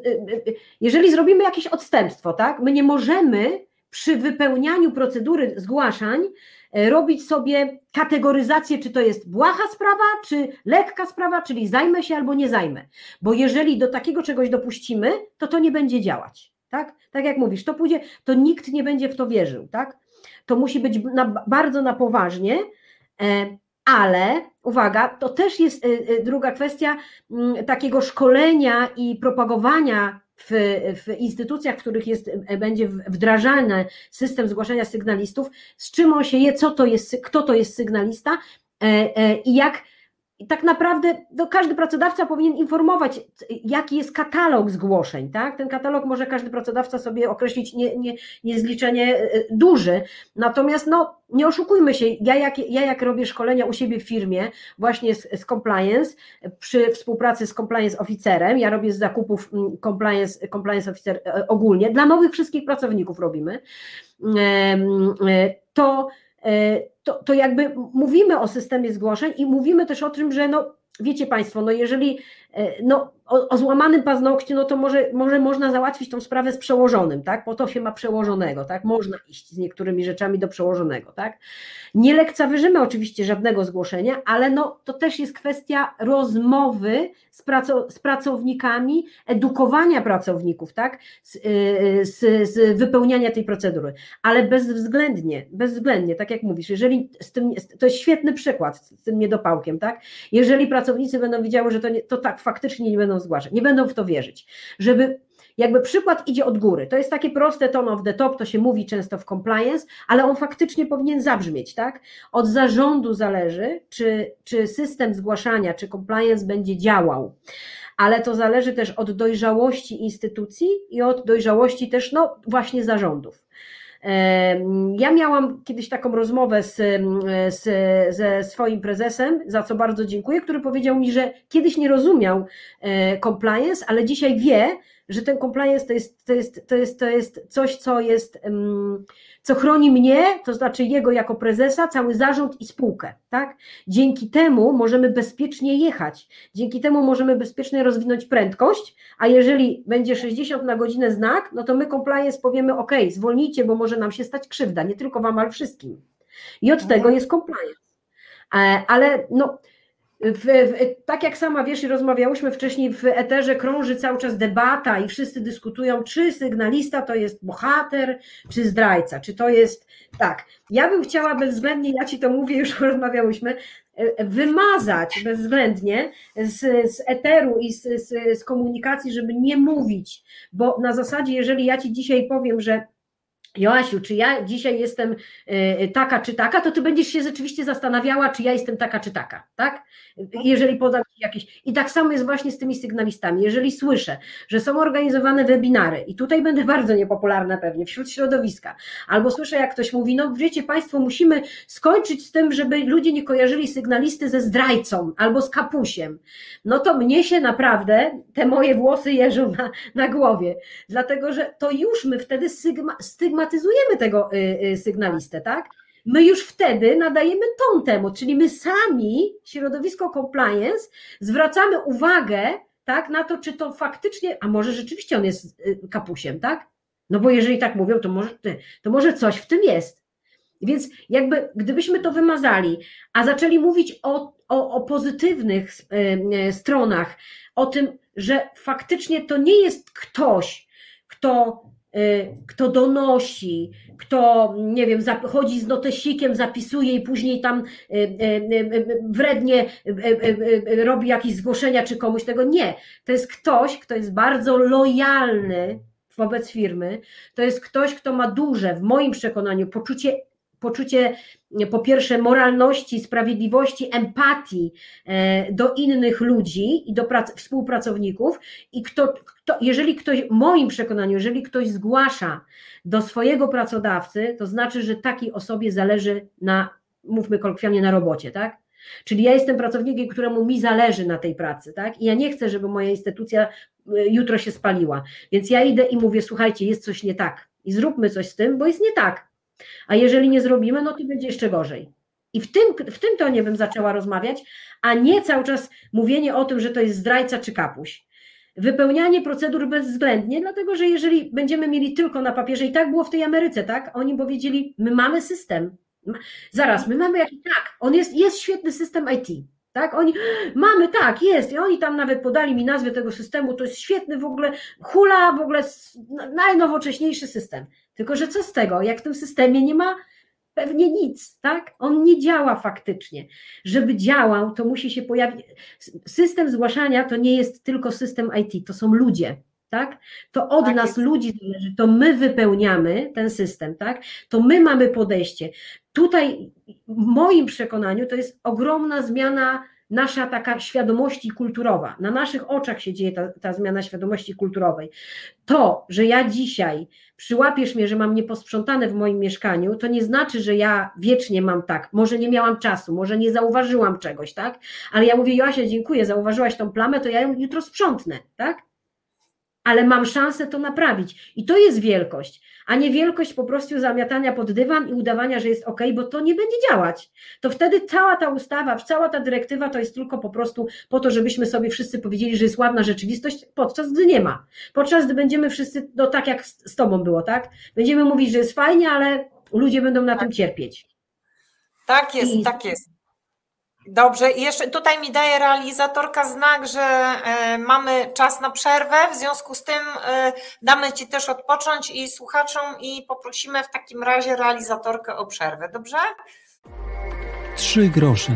jeżeli zrobimy jakieś odstępstwo, tak, my nie możemy przy wypełnianiu procedury zgłaszań robić sobie kategoryzację, czy to jest błaha sprawa, czy lekka sprawa, czyli zajmę się albo nie zajmę, bo jeżeli do takiego czegoś dopuścimy, to to nie będzie działać, tak, tak jak mówisz, to pójdzie, to nikt nie będzie w to wierzył, tak, to musi być na, bardzo na poważnie, ale uwaga, to też jest druga kwestia takiego szkolenia i propagowania w, w instytucjach, w których jest, będzie wdrażany system zgłaszania sygnalistów, z czym on się je, co to jest, kto to jest sygnalista i jak I tak naprawdę no, każdy pracodawca powinien informować, jaki jest katalog zgłoszeń. Tak? Ten katalog może każdy pracodawca sobie określić nie, nie, niezliczenie duży, natomiast no, nie oszukujmy się, ja jak, ja jak robię szkolenia u siebie w firmie właśnie z, z compliance, przy współpracy z compliance officerem, ja robię z zakupów compliance, compliance officer ogólnie, dla nowych wszystkich pracowników robimy, to To, to jakby mówimy o systemie zgłoszeń i mówimy też o tym, że no wiecie Państwo, no jeżeli no, o, o złamanym paznokciu, no to może, może można załatwić tą sprawę z przełożonym, tak? Po to się ma przełożonego, tak? Można iść z niektórymi rzeczami do przełożonego, tak? Nie lekceważymy oczywiście żadnego zgłoszenia, ale no to też jest kwestia rozmowy z, praco, z pracownikami, edukowania pracowników, tak? Z, z, z wypełniania tej procedury, ale bezwzględnie, bezwzględnie, tak jak mówisz, jeżeli z tym, to jest świetny przykład z tym niedopałkiem, tak? Jeżeli pracownicy będą wiedziały, że to, nie, to tak faktycznie nie będą zgłaszać, nie będą w to wierzyć, żeby jakby przykład idzie od góry, to jest takie proste tone of the top, to się mówi często w compliance, ale on faktycznie powinien zabrzmieć, tak? Od zarządu zależy, czy, czy system zgłaszania, czy compliance będzie działał, ale to zależy też od dojrzałości instytucji i od dojrzałości też no właśnie zarządów. Ja miałam kiedyś taką rozmowę z, z, ze swoim prezesem, za co bardzo dziękuję, który powiedział mi, że kiedyś nie rozumiał compliance, ale dzisiaj wie, że ten compliance to jest, to jest, to jest, to jest coś, co jest, co chroni mnie, to znaczy jego jako prezesa, cały zarząd i spółkę, tak? Dzięki temu możemy bezpiecznie jechać, dzięki temu możemy bezpiecznie rozwinąć prędkość, a jeżeli będzie sześćdziesiąt na godzinę znak, no to my compliance powiemy ok, zwolnijcie, bo może nam się stać krzywda, nie tylko wam, ale wszystkim. I od tego jest compliance. Ale no W, w, tak jak sama wiesz i rozmawiałyśmy wcześniej, w eterze krąży cały czas debata i wszyscy dyskutują, czy sygnalista to jest bohater, czy zdrajca, czy to jest tak. Ja bym chciała bezwzględnie, ja Ci to mówię, już rozmawiałyśmy, wymazać bezwzględnie z, z eteru i z, z, z komunikacji, żeby nie mówić, bo na zasadzie, jeżeli ja Ci dzisiaj powiem, że Joasiu, czy ja dzisiaj jestem taka czy taka, to ty będziesz się rzeczywiście zastanawiała, czy ja jestem taka czy taka, tak? Jeżeli podam ci jakieś... I tak samo jest właśnie z tymi sygnalistami. Jeżeli słyszę, że są organizowane webinary i tutaj będę bardzo niepopularna pewnie wśród środowiska, albo słyszę, jak ktoś mówi, no wiecie Państwo, musimy skończyć z tym, żeby ludzie nie kojarzyli sygnalisty ze zdrajcą albo z kapusiem, no to mnie się naprawdę te moje włosy jeżą na, na głowie, dlatego że to już my wtedy stygma, stygmatyzujemy tego y, y, sygnalistę, tak? My już wtedy nadajemy ton temu, czyli my sami, środowisko compliance, zwracamy uwagę, tak, na to, czy to faktycznie, a może rzeczywiście on jest kapusiem, tak? No bo jeżeli tak mówią, to może, to może coś w tym jest. Więc jakby gdybyśmy to wymazali, a zaczęli mówić o, o, o pozytywnych stronach, o tym, że faktycznie to nie jest ktoś, kto kto donosi, kto, nie wiem, chodzi z notesikiem, zapisuje i później tam wrednie robi jakieś zgłoszenia czy komuś tego. Nie, to jest ktoś, kto jest bardzo lojalny wobec firmy, to jest ktoś, kto ma duże, w moim przekonaniu, poczucie poczucie po pierwsze moralności, sprawiedliwości, empatii do innych ludzi i do prac, współpracowników i kto, kto, jeżeli ktoś, w moim przekonaniu, jeżeli ktoś zgłasza do swojego pracodawcy, to znaczy, że takiej osobie zależy na, mówmy kolokwialnie, na robocie, tak? Czyli ja jestem pracownikiem, któremu mi zależy na tej pracy, tak? I ja nie chcę, żeby moja instytucja jutro się spaliła, więc ja idę i mówię, słuchajcie, jest coś nie tak i zróbmy coś z tym, bo jest nie tak. A jeżeli nie zrobimy, no to będzie jeszcze gorzej. I w tym, w tym tonie bym zaczęła rozmawiać, a nie cały czas mówienie o tym, że to jest zdrajca czy kapuś. Wypełnianie procedur bezwzględnie, dlatego że jeżeli będziemy mieli tylko na papierze, i tak było w tej Ameryce, tak? Oni powiedzieli, my mamy system. Zaraz, my mamy jakiś, tak, on jest, jest świetny system I T. Tak, oni, mamy, tak, jest i oni tam nawet podali mi nazwę tego systemu, to jest świetny w ogóle, hula w ogóle najnowocześniejszy system, tylko że co z tego, jak w tym systemie nie ma pewnie nic, tak, on nie działa faktycznie, żeby działał, to musi się pojawić, system zgłaszania to nie jest tylko system I T, to są ludzie, tak, to od tak nas jest. Ludzi zależy, to my wypełniamy ten system, tak, to my mamy podejście. Tutaj w moim przekonaniu to jest ogromna zmiana nasza taka świadomości kulturowa, na naszych oczach się dzieje ta, ta zmiana świadomości kulturowej. To, że ja dzisiaj przyłapiesz mnie, że mam nieposprzątane w moim mieszkaniu, to nie znaczy, że ja wiecznie mam tak, może nie miałam czasu, może nie zauważyłam czegoś, tak? Ale ja mówię, Joasia, dziękuję, zauważyłaś tą plamę, to ja ją jutro sprzątnę, tak? Ale mam szansę to naprawić. I to jest wielkość, a nie wielkość po prostu zamiatania pod dywan i udawania, że jest ok, bo to nie będzie działać. To wtedy cała ta ustawa, cała ta dyrektywa to jest tylko po prostu po to, żebyśmy sobie wszyscy powiedzieli, że jest ładna rzeczywistość, podczas gdy nie ma. Podczas gdy będziemy wszyscy, no tak jak z, z tobą było, tak? Będziemy mówić, że jest fajnie, ale ludzie będą na tym cierpieć. Tak jest, I... tak jest. Dobrze, i jeszcze tutaj mi daje realizatorka znak, że e, mamy czas na przerwę, w związku z tym e, damy Ci też odpocząć i słuchaczom i poprosimy w takim razie realizatorkę o przerwę, dobrze? Trzy grosze.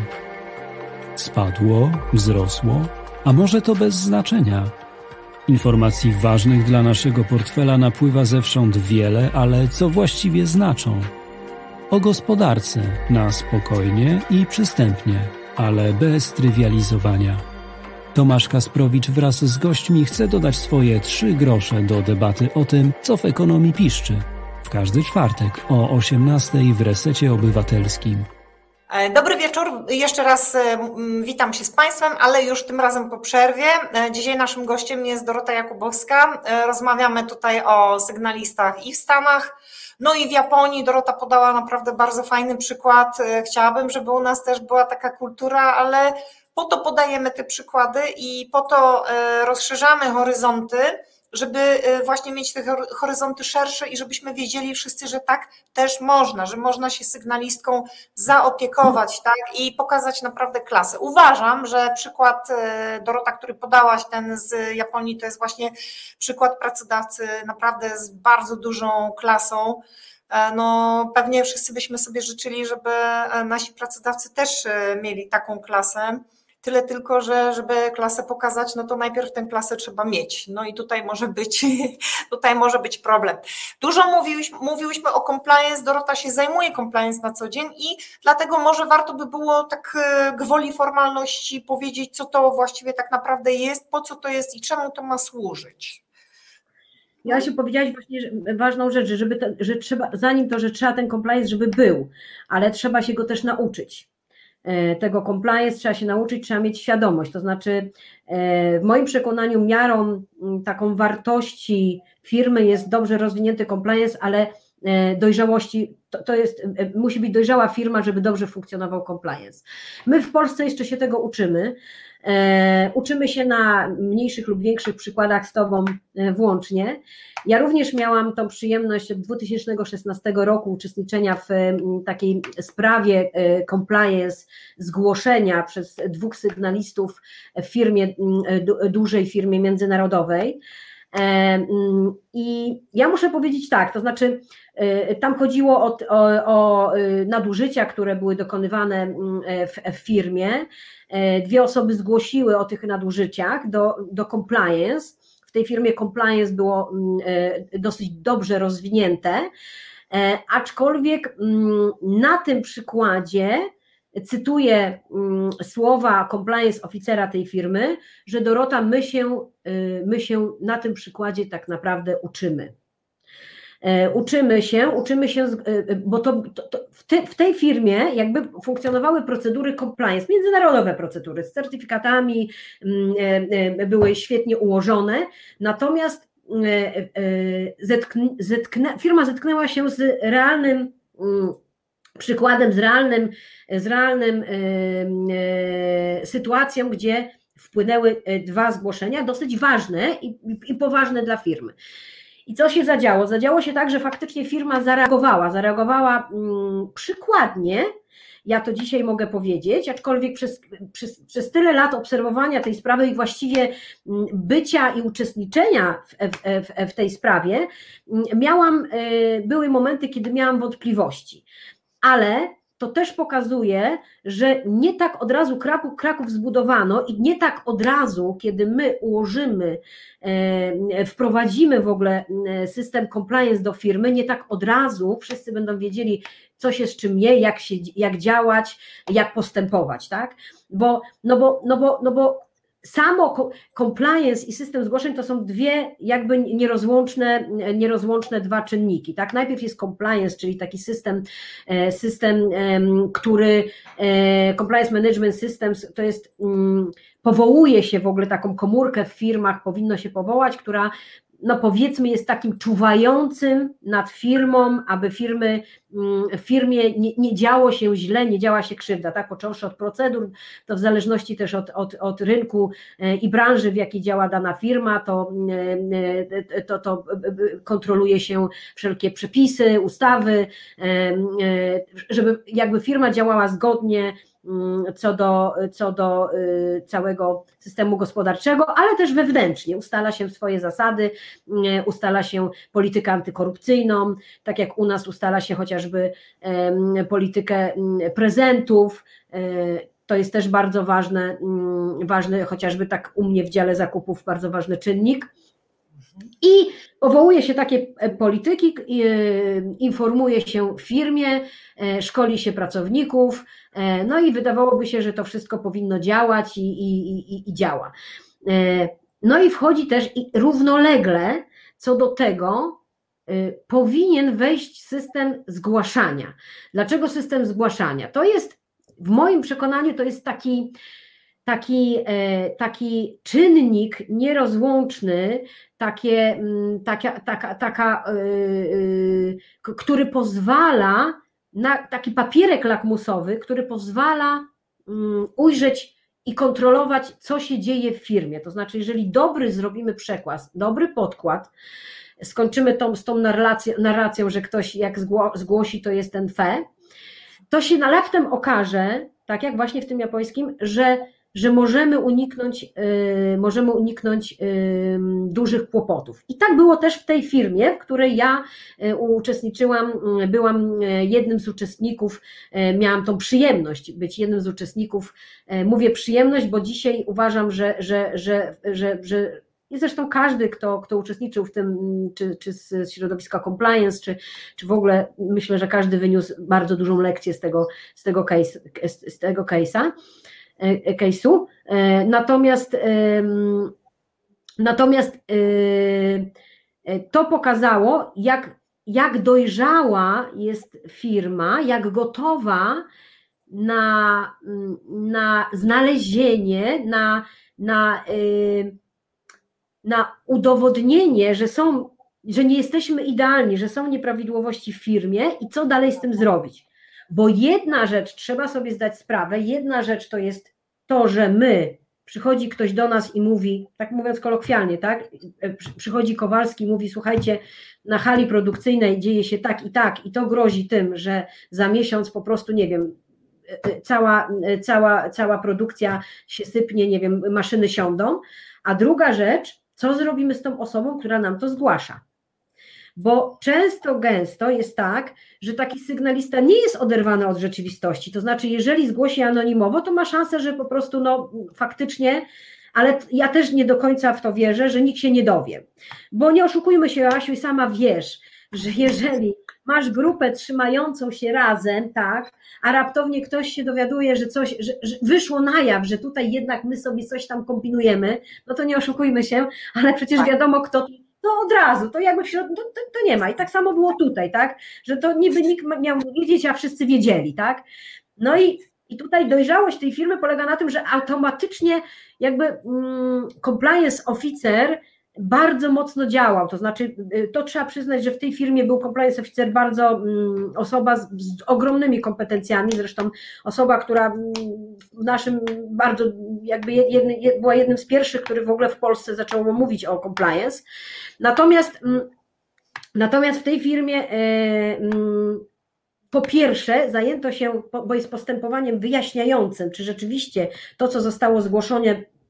Spadło, wzrosło, a może to bez znaczenia. Informacji ważnych dla naszego portfela napływa zewsząd wiele, ale co właściwie znaczą? O gospodarce na spokojnie i przystępnie, ale bez trywializowania. Tomasz Kasprowicz wraz z gośćmi chce dodać swoje trzy grosze do debaty o tym, co w ekonomii piszczy. W każdy czwartek o osiemnastej w Resecie Obywatelskim. Dobry wieczór, jeszcze raz witam się z Państwem, ale już tym razem po przerwie. Dzisiaj naszym gościem jest Dorota Jakubowska. Rozmawiamy tutaj o sygnalistach i w Stanach, no i w Japonii. Dorota podała naprawdę bardzo fajny przykład. Chciałabym, żeby u nas też była taka kultura, ale po to podajemy te przykłady i po to rozszerzamy horyzonty, żeby właśnie mieć te horyzonty szersze i żebyśmy wiedzieli wszyscy, że tak też można, że można się sygnalistką zaopiekować, tak, i pokazać naprawdę klasę. Uważam, że przykład, Dorota, który podałaś, ten z Japonii, to jest właśnie przykład pracodawcy naprawdę z bardzo dużą klasą. No pewnie wszyscy byśmy sobie życzyli, żeby nasi pracodawcy też mieli taką klasę. Tyle tylko, że żeby klasę pokazać, no to najpierw tę klasę trzeba mieć. No i tutaj może być, tutaj może być problem. Dużo mówiłyśmy, mówiłyśmy o compliance, Dorota się zajmuje compliance na co dzień i dlatego może warto by było tak gwoli formalności powiedzieć, co to właściwie tak naprawdę jest, po co to jest i czemu to ma służyć. Ja się powiedziałaś właśnie że ważną rzecz, że, żeby to, że trzeba, zanim to, że trzeba ten compliance, żeby był, ale trzeba się go też nauczyć. Tego compliance trzeba się nauczyć, trzeba mieć świadomość, to znaczy w moim przekonaniu miarą taką wartości firmy jest dobrze rozwinięty compliance, ale dojrzałości, to, to jest, musi być dojrzała firma, żeby dobrze funkcjonował compliance. My w Polsce jeszcze się tego uczymy, uczymy się na mniejszych lub większych przykładach z Tobą włącznie. Ja również miałam tą przyjemność od dwa tysiące szesnastego roku uczestniczenia w takiej sprawie compliance, zgłoszenia przez dwóch sygnalistów w firmie, dużej firmie międzynarodowej. I ja muszę powiedzieć tak, to znaczy tam chodziło o, o, o nadużycia, które były dokonywane w, w firmie. Dwie osoby zgłosiły o tych nadużyciach do, do compliance. W tej firmie compliance było dosyć dobrze rozwinięte, aczkolwiek na tym przykładzie cytuję słowa compliance oficera tej firmy, że Dorota, my się, my się na tym przykładzie tak naprawdę uczymy. Uczymy się, uczymy się, bo to, to, to w, te, w tej firmie jakby funkcjonowały procedury compliance, międzynarodowe procedury z certyfikatami, były świetnie ułożone, natomiast zetknę, zetknę, firma zetknęła się z realnym przykładem, z realnym, z realnym sytuacją, gdzie wpłynęły dwa zgłoszenia, dosyć ważne i, i poważne dla firmy. I co się zadziało? Zadziało się tak, że faktycznie firma zareagowała, zareagowała mm, przykładnie, ja to dzisiaj mogę powiedzieć, aczkolwiek przez, przez, przez tyle lat obserwowania tej sprawy i właściwie bycia i uczestniczenia w, w, w tej sprawie, miałam, były momenty, kiedy miałam wątpliwości, ale to też pokazuje, że nie tak od razu Kraków, Kraków zbudowano i nie tak od razu, kiedy my ułożymy, wprowadzimy w ogóle system compliance do firmy, nie tak od razu wszyscy będą wiedzieli, co się z czym je, jak, się, jak działać, jak postępować, tak? Bo, no bo, no bo, no bo samo compliance i system zgłoszeń to są dwie jakby nierozłączne, nierozłączne dwa czynniki, tak? Najpierw jest compliance, czyli taki system, system, który compliance management systems to jest, powołuje się w ogóle taką komórkę w firmach, powinno się powołać, która no powiedzmy jest takim czuwającym nad firmą, aby firmy, w firmie nie, nie działo się źle, nie działa się krzywda, tak? Począwszy od procedur, to w zależności też od, od, od rynku i branży, w jakiej działa dana firma, to, to, to kontroluje się wszelkie przepisy, ustawy, żeby jakby firma działała zgodnie co do, co do całego systemu gospodarczego, ale też wewnętrznie ustala się swoje zasady, ustala się politykę antykorupcyjną, tak jak u nas ustala się chociażby politykę prezentów. To jest też bardzo ważne, ważny, chociażby tak u mnie w dziale zakupów bardzo ważny czynnik. I powołuje się takie polityki, informuje się w firmie, szkoli się pracowników, no i wydawałoby się, że to wszystko powinno działać i, i, i, i działa. No i wchodzi też i równolegle co do tego powinien wejść system zgłaszania. Dlaczego system zgłaszania? To jest, w moim przekonaniu, to jest taki Taki, taki czynnik nierozłączny, takie, taka, taka, taka, który pozwala, na taki papierek lakmusowy, który pozwala ujrzeć i kontrolować, co się dzieje w firmie. To znaczy, jeżeli dobry zrobimy przekład, dobry podkład, skończymy tą, z tą narracją, narracją, że ktoś jak zgłosi, to jest ten fe, to się na laptem okaże, tak jak właśnie w tym japońskim, że że możemy uniknąć, yy, możemy uniknąć yy, dużych kłopotów. I tak było też w tej firmie, w której ja yy, uczestniczyłam, yy, byłam yy, jednym z uczestników, yy, miałam tą przyjemność być jednym z uczestników. Yy, mówię przyjemność, bo dzisiaj uważam, że, że, że, że, że i zresztą każdy, kto, kto uczestniczył w tym, czy, czy z środowiska compliance, czy, czy w ogóle myślę, że każdy wyniósł bardzo dużą lekcję z tego, z tego case, z tego case'a. case'u. Natomiast, natomiast to pokazało, jak, jak dojrzała jest firma, jak gotowa na, na znalezienie, na, na, na udowodnienie, że są, że nie jesteśmy idealni, że są nieprawidłowości w firmie i co dalej z tym zrobić. Bo jedna rzecz, trzeba sobie zdać sprawę, jedna rzecz to jest to, że my, przychodzi ktoś do nas i mówi, tak mówiąc kolokwialnie, tak, przychodzi Kowalski i mówi, słuchajcie, na hali produkcyjnej dzieje się tak i tak i to grozi tym, że za miesiąc po prostu, nie wiem, cała, cała, cała produkcja się sypnie, nie wiem, maszyny siądą, a druga rzecz, co zrobimy z tą osobą, która nam to zgłasza. Bo często, gęsto jest tak, że taki sygnalista nie jest oderwany od rzeczywistości, to znaczy jeżeli zgłosi anonimowo, to ma szansę, że po prostu no faktycznie, ale ja też nie do końca w to wierzę, że nikt się nie dowie, bo nie oszukujmy się, Asiu, i sama wiesz, że jeżeli masz grupę trzymającą się razem, tak, a raptownie ktoś się dowiaduje, że coś, że, że wyszło na jaw, że tutaj jednak my sobie coś tam kombinujemy, no to nie oszukujmy się, ale przecież tak. Wiadomo kto, to od razu, to jakby w środku, to, to, to nie ma i tak samo było tutaj, tak, że to niby nikt miał wiedzieć, a wszyscy wiedzieli, tak, no i I tutaj dojrzałość tej firmy polega na tym, że automatycznie jakby mm, compliance officer bardzo mocno działał, to znaczy to trzeba przyznać, że w tej firmie był compliance officer bardzo um, osoba z, z ogromnymi kompetencjami, zresztą osoba, która um, w naszym bardzo jakby jedny, jed, była jednym z pierwszych, który w ogóle w Polsce zaczęło mówić o compliance, natomiast, um, natomiast w tej firmie um, po pierwsze zajęto się, bo jest postępowaniem wyjaśniającym, czy rzeczywiście to, co zostało zgłoszone,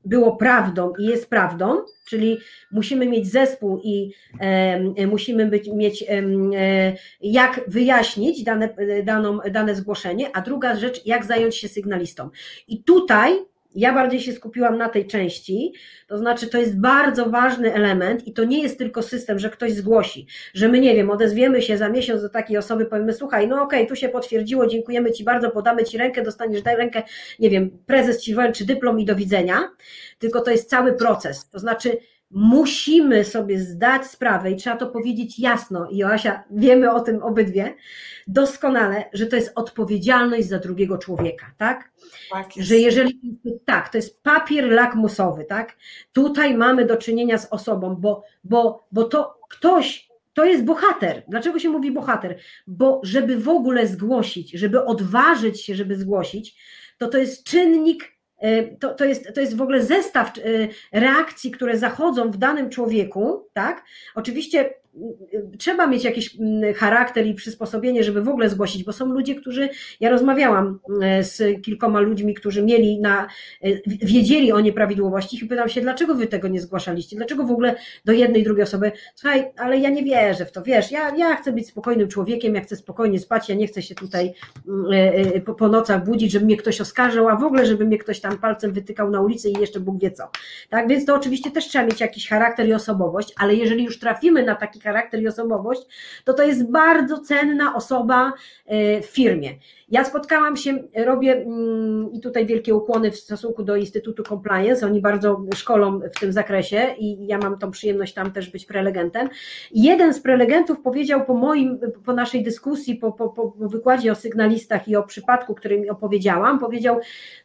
było prawdą i jest prawdą, czyli musimy mieć zespół i e, musimy być, mieć e, jak wyjaśnić dane, daną, dane zgłoszenie, a druga rzecz, jak zająć się sygnalistą. I tutaj ja bardziej się skupiłam na tej części, to znaczy to jest bardzo ważny element i to nie jest tylko system, że ktoś zgłosi, że my, nie wiem, odezwiemy się za miesiąc do takiej osoby, powiemy, słuchaj, no okej, okay, tu się potwierdziło, dziękujemy Ci bardzo, podamy Ci rękę, dostaniesz rękę, nie wiem, prezes Ci wręczy dyplom i do widzenia, tylko to jest cały proces, to znaczy musimy sobie zdać sprawę i trzeba to powiedzieć jasno, i Joasia, wiemy o tym obydwie doskonale, że to jest odpowiedzialność za drugiego człowieka, tak? Tak, że jeżeli, tak, to jest papier lakmusowy, tak? Tutaj mamy do czynienia z osobą, bo, bo, bo to ktoś, to jest bohater. Dlaczego się mówi bohater? Bo żeby w ogóle zgłosić, żeby odważyć się, żeby zgłosić, to to jest czynnik, To, to, jest, to jest w ogóle zestaw reakcji, które zachodzą w danym człowieku, tak? Oczywiście trzeba mieć jakiś charakter i przysposobienie, żeby w ogóle zgłosić, bo są ludzie, którzy, ja rozmawiałam z kilkoma ludźmi, którzy mieli na, wiedzieli o nieprawidłowości i pytam się, dlaczego wy tego nie zgłaszaliście, dlaczego w ogóle do jednej, drugiej osoby, słuchaj, ale ja nie wierzę w to, wiesz, ja, ja chcę być spokojnym człowiekiem, ja chcę spokojnie spać, ja nie chcę się tutaj po, po nocach budzić, żeby mnie ktoś oskarżał, a w ogóle, żeby mnie ktoś tam palcem wytykał na ulicy i jeszcze Bóg wie co, tak, więc to oczywiście też trzeba mieć jakiś charakter i osobowość, ale jeżeli już trafimy na taki charakter i osobowość, to to jest bardzo cenna osoba w firmie. Ja spotkałam się, robię i tutaj wielkie ukłony w stosunku do Instytutu Compliance, oni bardzo szkolą w tym zakresie i ja mam tą przyjemność tam też być prelegentem. Jeden z prelegentów powiedział po moim, po naszej dyskusji, po, po, po wykładzie o sygnalistach i o przypadku, którym opowiedziałam, powiedział,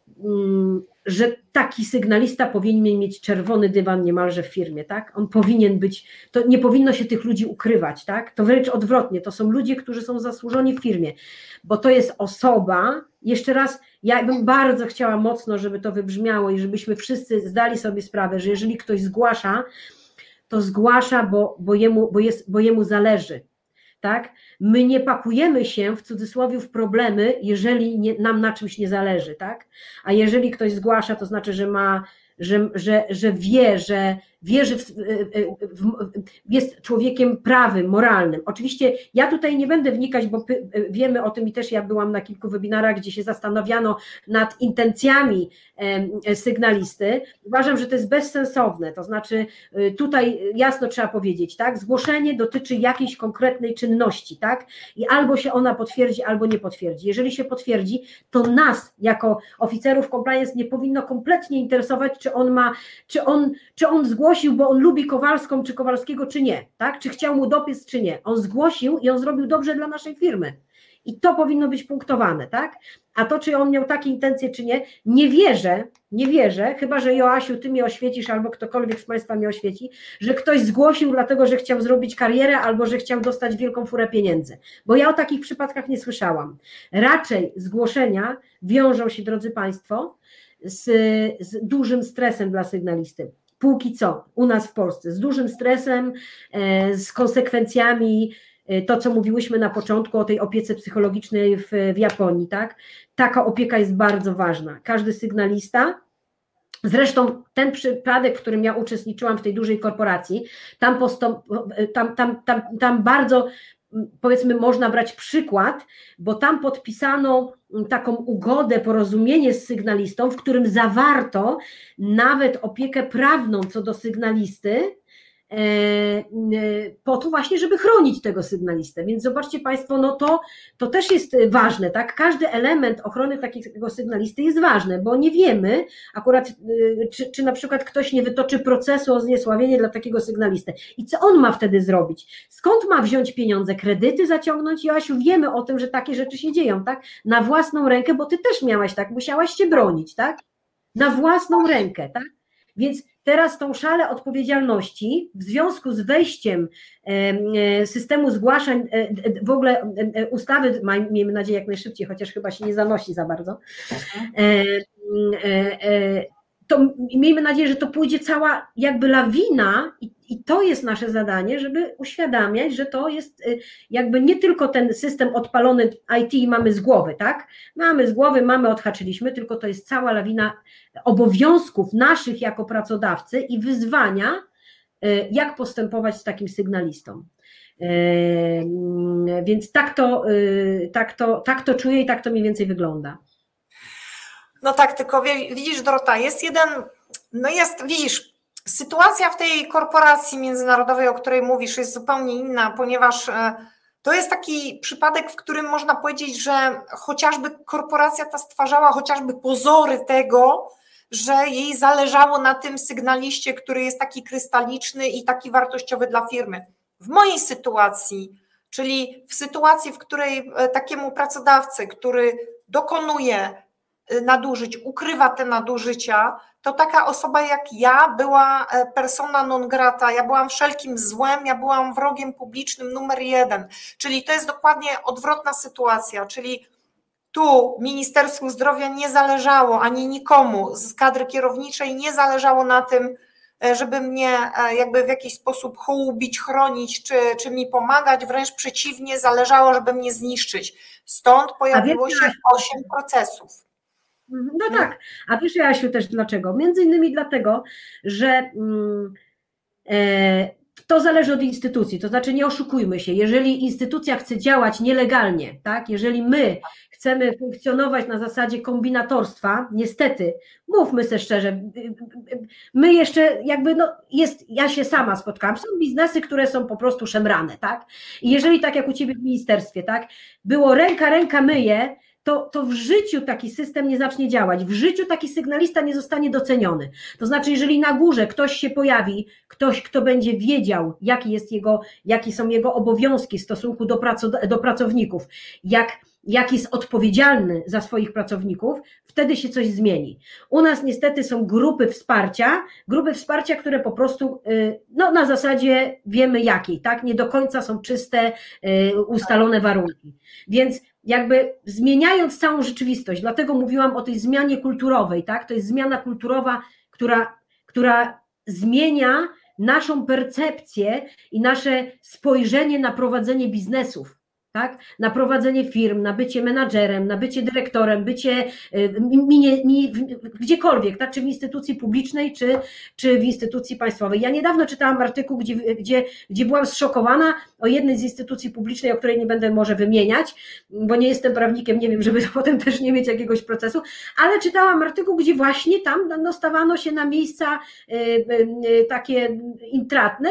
że taki sygnalista powinien mieć czerwony dywan niemalże w firmie, tak? On powinien być, to nie powinno się tych ludzi ukrywać, tak? To wręcz odwrotnie, to są ludzie, którzy są zasłużeni w firmie, bo to jest osoba, jeszcze raz, ja bym bardzo chciała mocno, żeby to wybrzmiało i żebyśmy wszyscy zdali sobie sprawę, że jeżeli ktoś zgłasza, to zgłasza, bo, bo, jemu, bo, jest, bo jemu zależy. Tak? My nie pakujemy się w cudzysłowie w problemy, jeżeli nie, nam na czymś nie zależy, tak? A jeżeli ktoś zgłasza, to znaczy, że ma, że, że, że wie, że wierzy w, w, w, jest człowiekiem prawym, moralnym. Oczywiście ja tutaj nie będę wnikać, bo wiemy o tym i też ja byłam na kilku webinarach, gdzie się zastanawiano nad intencjami sygnalisty. Uważam, że to jest bezsensowne, to znaczy tutaj jasno trzeba powiedzieć, tak, zgłoszenie dotyczy jakiejś konkretnej czynności, tak, i albo się ona potwierdzi, albo nie potwierdzi. Jeżeli się potwierdzi, to nas jako oficerów compliance nie powinno kompletnie interesować, czy on ma, czy on, czy on zgłosił, bo on lubi Kowalską czy Kowalskiego, czy nie, tak, czy chciał mu dopiec, czy nie. On zgłosił i on zrobił dobrze dla naszej firmy. I to powinno być punktowane, tak? A to, czy on miał takie intencje, czy nie, nie wierzę, nie wierzę, chyba że Joasiu, ty mnie oświecisz, albo ktokolwiek z Państwa mnie oświeci, że ktoś zgłosił dlatego, że chciał zrobić karierę, albo że chciał dostać wielką furę pieniędzy. Bo ja o takich przypadkach nie słyszałam. Raczej zgłoszenia wiążą się, drodzy Państwo, z, z dużym stresem dla sygnalisty. Póki co, u nas w Polsce, z dużym stresem, z konsekwencjami, to, co mówiłyśmy na początku o tej opiece psychologicznej w, w Japonii, tak? Taka opieka jest bardzo ważna. Każdy sygnalista, zresztą ten przypadek, w którym ja uczestniczyłam w tej dużej korporacji, tam, postąp, tam, tam, tam, tam bardzo, powiedzmy, można brać przykład, bo tam podpisano taką ugodę, porozumienie z sygnalistą, w którym zawarto nawet opiekę prawną co do sygnalisty, po to właśnie, żeby chronić tego sygnalistę. Więc zobaczcie Państwo, no to, to też jest ważne, tak? Każdy element ochrony takiego sygnalisty jest ważny, bo nie wiemy akurat, czy, czy na przykład ktoś nie wytoczy procesu o zniesławienie dla takiego sygnalisty. I co on ma wtedy zrobić? Skąd ma wziąć pieniądze? Kredyty zaciągnąć? Joasiu, wiemy o tym, że takie rzeczy się dzieją, tak? Na własną rękę, bo Ty też miałaś tak, musiałaś się bronić, tak? Na własną rękę, tak? Więc teraz tą szalę odpowiedzialności w związku z wejściem systemu zgłaszań, w ogóle ustawy, miejmy nadzieję jak najszybciej, chociaż chyba się nie zanosi za bardzo, to miejmy nadzieję, że to pójdzie cała jakby lawina i, i to jest nasze zadanie, żeby uświadamiać, że to jest jakby nie tylko ten system odpalony I T mamy z głowy, tak? Mamy z głowy, mamy, odhaczyliśmy, tylko to jest cała lawina obowiązków naszych jako pracodawcy i wyzwania, jak postępować z takim sygnalistą. Więc tak to, tak to, tak to czuję i tak to mniej więcej wygląda. No tak, tylko widzisz, Dorota, jest jeden, no jest, widzisz, sytuacja w tej korporacji międzynarodowej, o której mówisz, jest zupełnie inna, ponieważ to jest taki przypadek, w którym można powiedzieć, że chociażby korporacja ta stwarzała chociażby pozory tego, że jej zależało na tym sygnaliście, który jest taki krystaliczny i taki wartościowy dla firmy. W mojej sytuacji, czyli w sytuacji, w której takiemu pracodawcy, który dokonuje nadużyć, ukrywa te nadużycia, to taka osoba jak ja była persona non grata, ja byłam wszelkim złem, ja byłam wrogiem publicznym numer jeden, czyli to jest dokładnie odwrotna sytuacja, czyli tu Ministerstwu Zdrowia nie zależało, ani nikomu z kadry kierowniczej nie zależało na tym, żeby mnie jakby w jakiś sposób hołubić, chronić, czy, czy mi pomagać, wręcz przeciwnie, zależało, żeby mnie zniszczyć. Stąd pojawiło się osiem procesów. No tak, a wiesz, Jasiu, też dlaczego? Między innymi dlatego, że mm, e, to zależy od instytucji, to znaczy nie oszukujmy się, jeżeli instytucja chce działać nielegalnie, tak, jeżeli my chcemy funkcjonować na zasadzie kombinatorstwa, niestety, mówmy sobie szczerze, my jeszcze jakby, no jest, ja się sama spotkałam, są biznesy, które są po prostu szemrane, tak, i jeżeli tak jak u Ciebie w ministerstwie, tak, było ręka, ręka myje, To, to w życiu taki system nie zacznie działać, w życiu taki sygnalista nie zostanie doceniony. To znaczy, jeżeli na górze ktoś się pojawi, ktoś, kto będzie wiedział, jaki jest jego, jakie są jego obowiązki w stosunku do, praco, do pracowników, jak, jak jest odpowiedzialny za swoich pracowników, wtedy się coś zmieni. U nas niestety są grupy wsparcia, grupy wsparcia, które po prostu no, na zasadzie wiemy jakiej, tak? Nie do końca są czyste, ustalone warunki. Więc jakby zmieniając całą rzeczywistość, dlatego mówiłam o tej zmianie kulturowej, tak? To jest zmiana kulturowa, która, która zmienia naszą percepcję i nasze spojrzenie na prowadzenie biznesów, tak? Na prowadzenie firm, na bycie menadżerem, na bycie dyrektorem, bycie mi, mi, gdziekolwiek, tak? Czy w instytucji publicznej, czy, czy w instytucji państwowej. Ja niedawno czytałam artykuł, gdzie, gdzie, gdzie byłam zszokowana o jednej z instytucji publicznej, o której nie będę może wymieniać, bo nie jestem prawnikiem, nie wiem, żeby potem też nie mieć jakiegoś procesu, ale czytałam artykuł, gdzie właśnie tam dostawano się na miejsca y, y, takie intratne.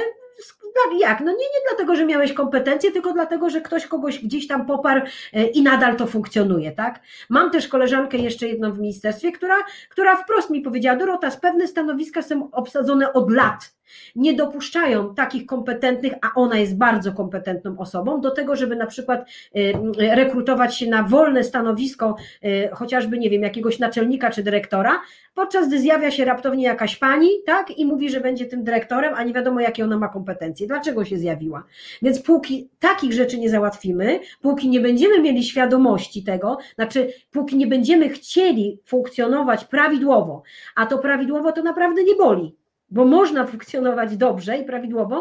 Jak? No nie, nie dlatego, że miałeś kompetencje, tylko dlatego, że ktoś kogoś gdzieś tam poparł i nadal to funkcjonuje, tak? Mam też koleżankę jeszcze jedną w ministerstwie, która, która wprost mi powiedziała: Dorota, pewne stanowiska są obsadzone od lat, nie dopuszczają takich kompetentnych, a ona jest bardzo kompetentną osobą, do tego, żeby na przykład rekrutować się na wolne stanowisko, chociażby, nie wiem, jakiegoś naczelnika czy dyrektora, podczas gdy zjawia się raptownie jakaś pani, tak, i mówi, że będzie tym dyrektorem, a nie wiadomo, jakie ona ma kompetencje, dlaczego się zjawiła. Więc póki takich rzeczy nie załatwimy, póki nie będziemy mieli świadomości tego, znaczy póki nie będziemy chcieli funkcjonować prawidłowo, a to prawidłowo to naprawdę nie boli, bo można funkcjonować dobrze i prawidłowo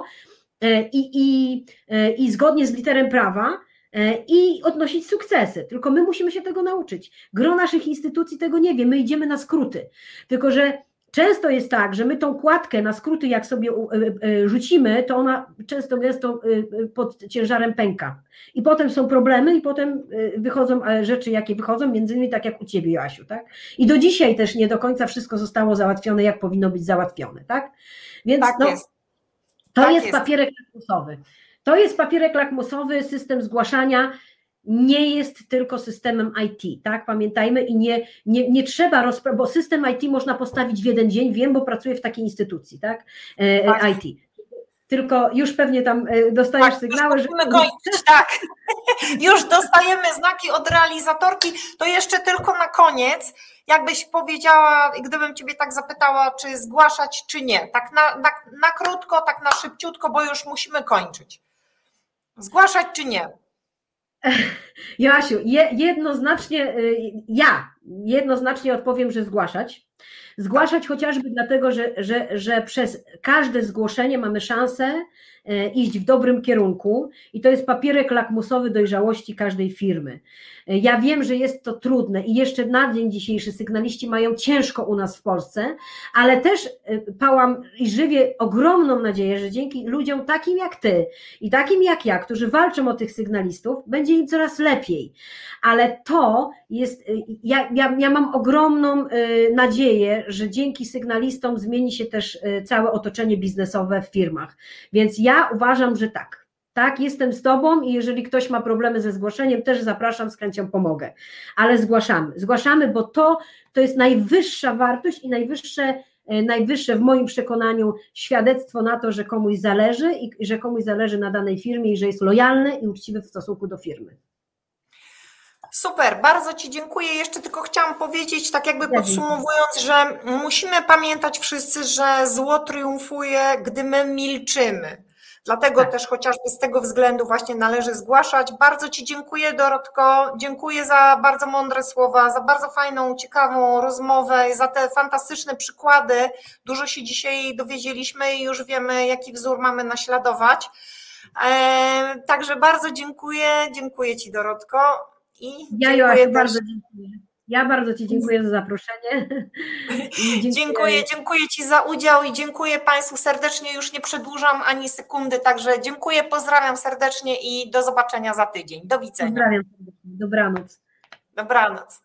i, i, i zgodnie z literem prawa i odnosić sukcesy, tylko my musimy się tego nauczyć. Gro naszych instytucji tego nie wie, my idziemy na skróty, tylko że często jest tak, że my tą kładkę na skróty jak sobie rzucimy, to ona często gęsto pod ciężarem pęka i potem są problemy i potem wychodzą rzeczy, jakie wychodzą, między innymi tak jak u Ciebie, Joasiu, tak? I do dzisiaj też nie do końca wszystko zostało załatwione, jak powinno być załatwione, tak? Więc tak no, jest. to tak jest jest papierek lakmusowy. To jest papierek lakmusowy, system zgłaszania nie jest tylko systemem I T, tak? Pamiętajmy i nie, nie, nie trzeba, rozpra- bo system I T można postawić w jeden dzień, wiem, bo pracuję w takiej instytucji, tak? E, tak. I T. Tylko już pewnie tam dostajesz tak, sygnały, że... musimy kończyć, tak. Już dostajemy znaki od realizatorki, to jeszcze tylko na koniec, jakbyś powiedziała, gdybym Ciebie tak zapytała, czy zgłaszać, czy nie, tak na, na, na krótko, tak na szybciutko, bo już musimy kończyć. Zgłaszać, czy nie? Joasiu, je, jednoznacznie, ja jednoznacznie odpowiem, że zgłaszać. Zgłaszać chociażby dlatego, że, że, że przez każde zgłoszenie mamy szansę iść w dobrym kierunku i to jest papierek lakmusowy dojrzałości każdej firmy. Ja wiem, że jest to trudne i jeszcze na dzień dzisiejszy sygnaliści mają ciężko u nas w Polsce, ale też pałam i żywię ogromną nadzieję, że dzięki ludziom takim jak ty i takim jak ja, którzy walczą o tych sygnalistów, będzie im coraz lepiej. Ale to jest, ja, ja, ja mam ogromną nadzieję, że dzięki sygnalistom zmieni się też całe otoczenie biznesowe w firmach. Więc ja uważam, że tak. Tak, jestem z tobą i jeżeli ktoś ma problemy ze zgłoszeniem, też zapraszam, z chęcią pomogę. Ale zgłaszamy, zgłaszamy, bo to, to jest najwyższa wartość i najwyższe, najwyższe w moim przekonaniu świadectwo na to, że komuś zależy i że komuś zależy na danej firmie i że jest lojalny i uczciwy w stosunku do firmy. Super, bardzo Ci dziękuję. Jeszcze tylko chciałam powiedzieć, tak jakby podsumowując, że musimy pamiętać wszyscy, że zło triumfuje, gdy my milczymy. Dlatego tak. też chociażby z tego względu właśnie należy zgłaszać. Bardzo Ci dziękuję, Dorotko. Dziękuję za bardzo mądre słowa, za bardzo fajną, ciekawą rozmowę, za te fantastyczne przykłady. Dużo się dzisiaj dowiedzieliśmy i już wiemy, jaki wzór mamy naśladować. Eee, także bardzo dziękuję. Dziękuję Ci, Dorotko. I ja Joasiu, bardzo dziękuję. Ja bardzo Ci dziękuję za zaproszenie. Dziękuję. dziękuję, dziękuję Ci za udział i dziękuję Państwu serdecznie. Już nie przedłużam ani sekundy, także dziękuję, pozdrawiam serdecznie i do zobaczenia za tydzień. Do widzenia. Pozdrawiam serdecznie. Dobranoc. Dobranoc.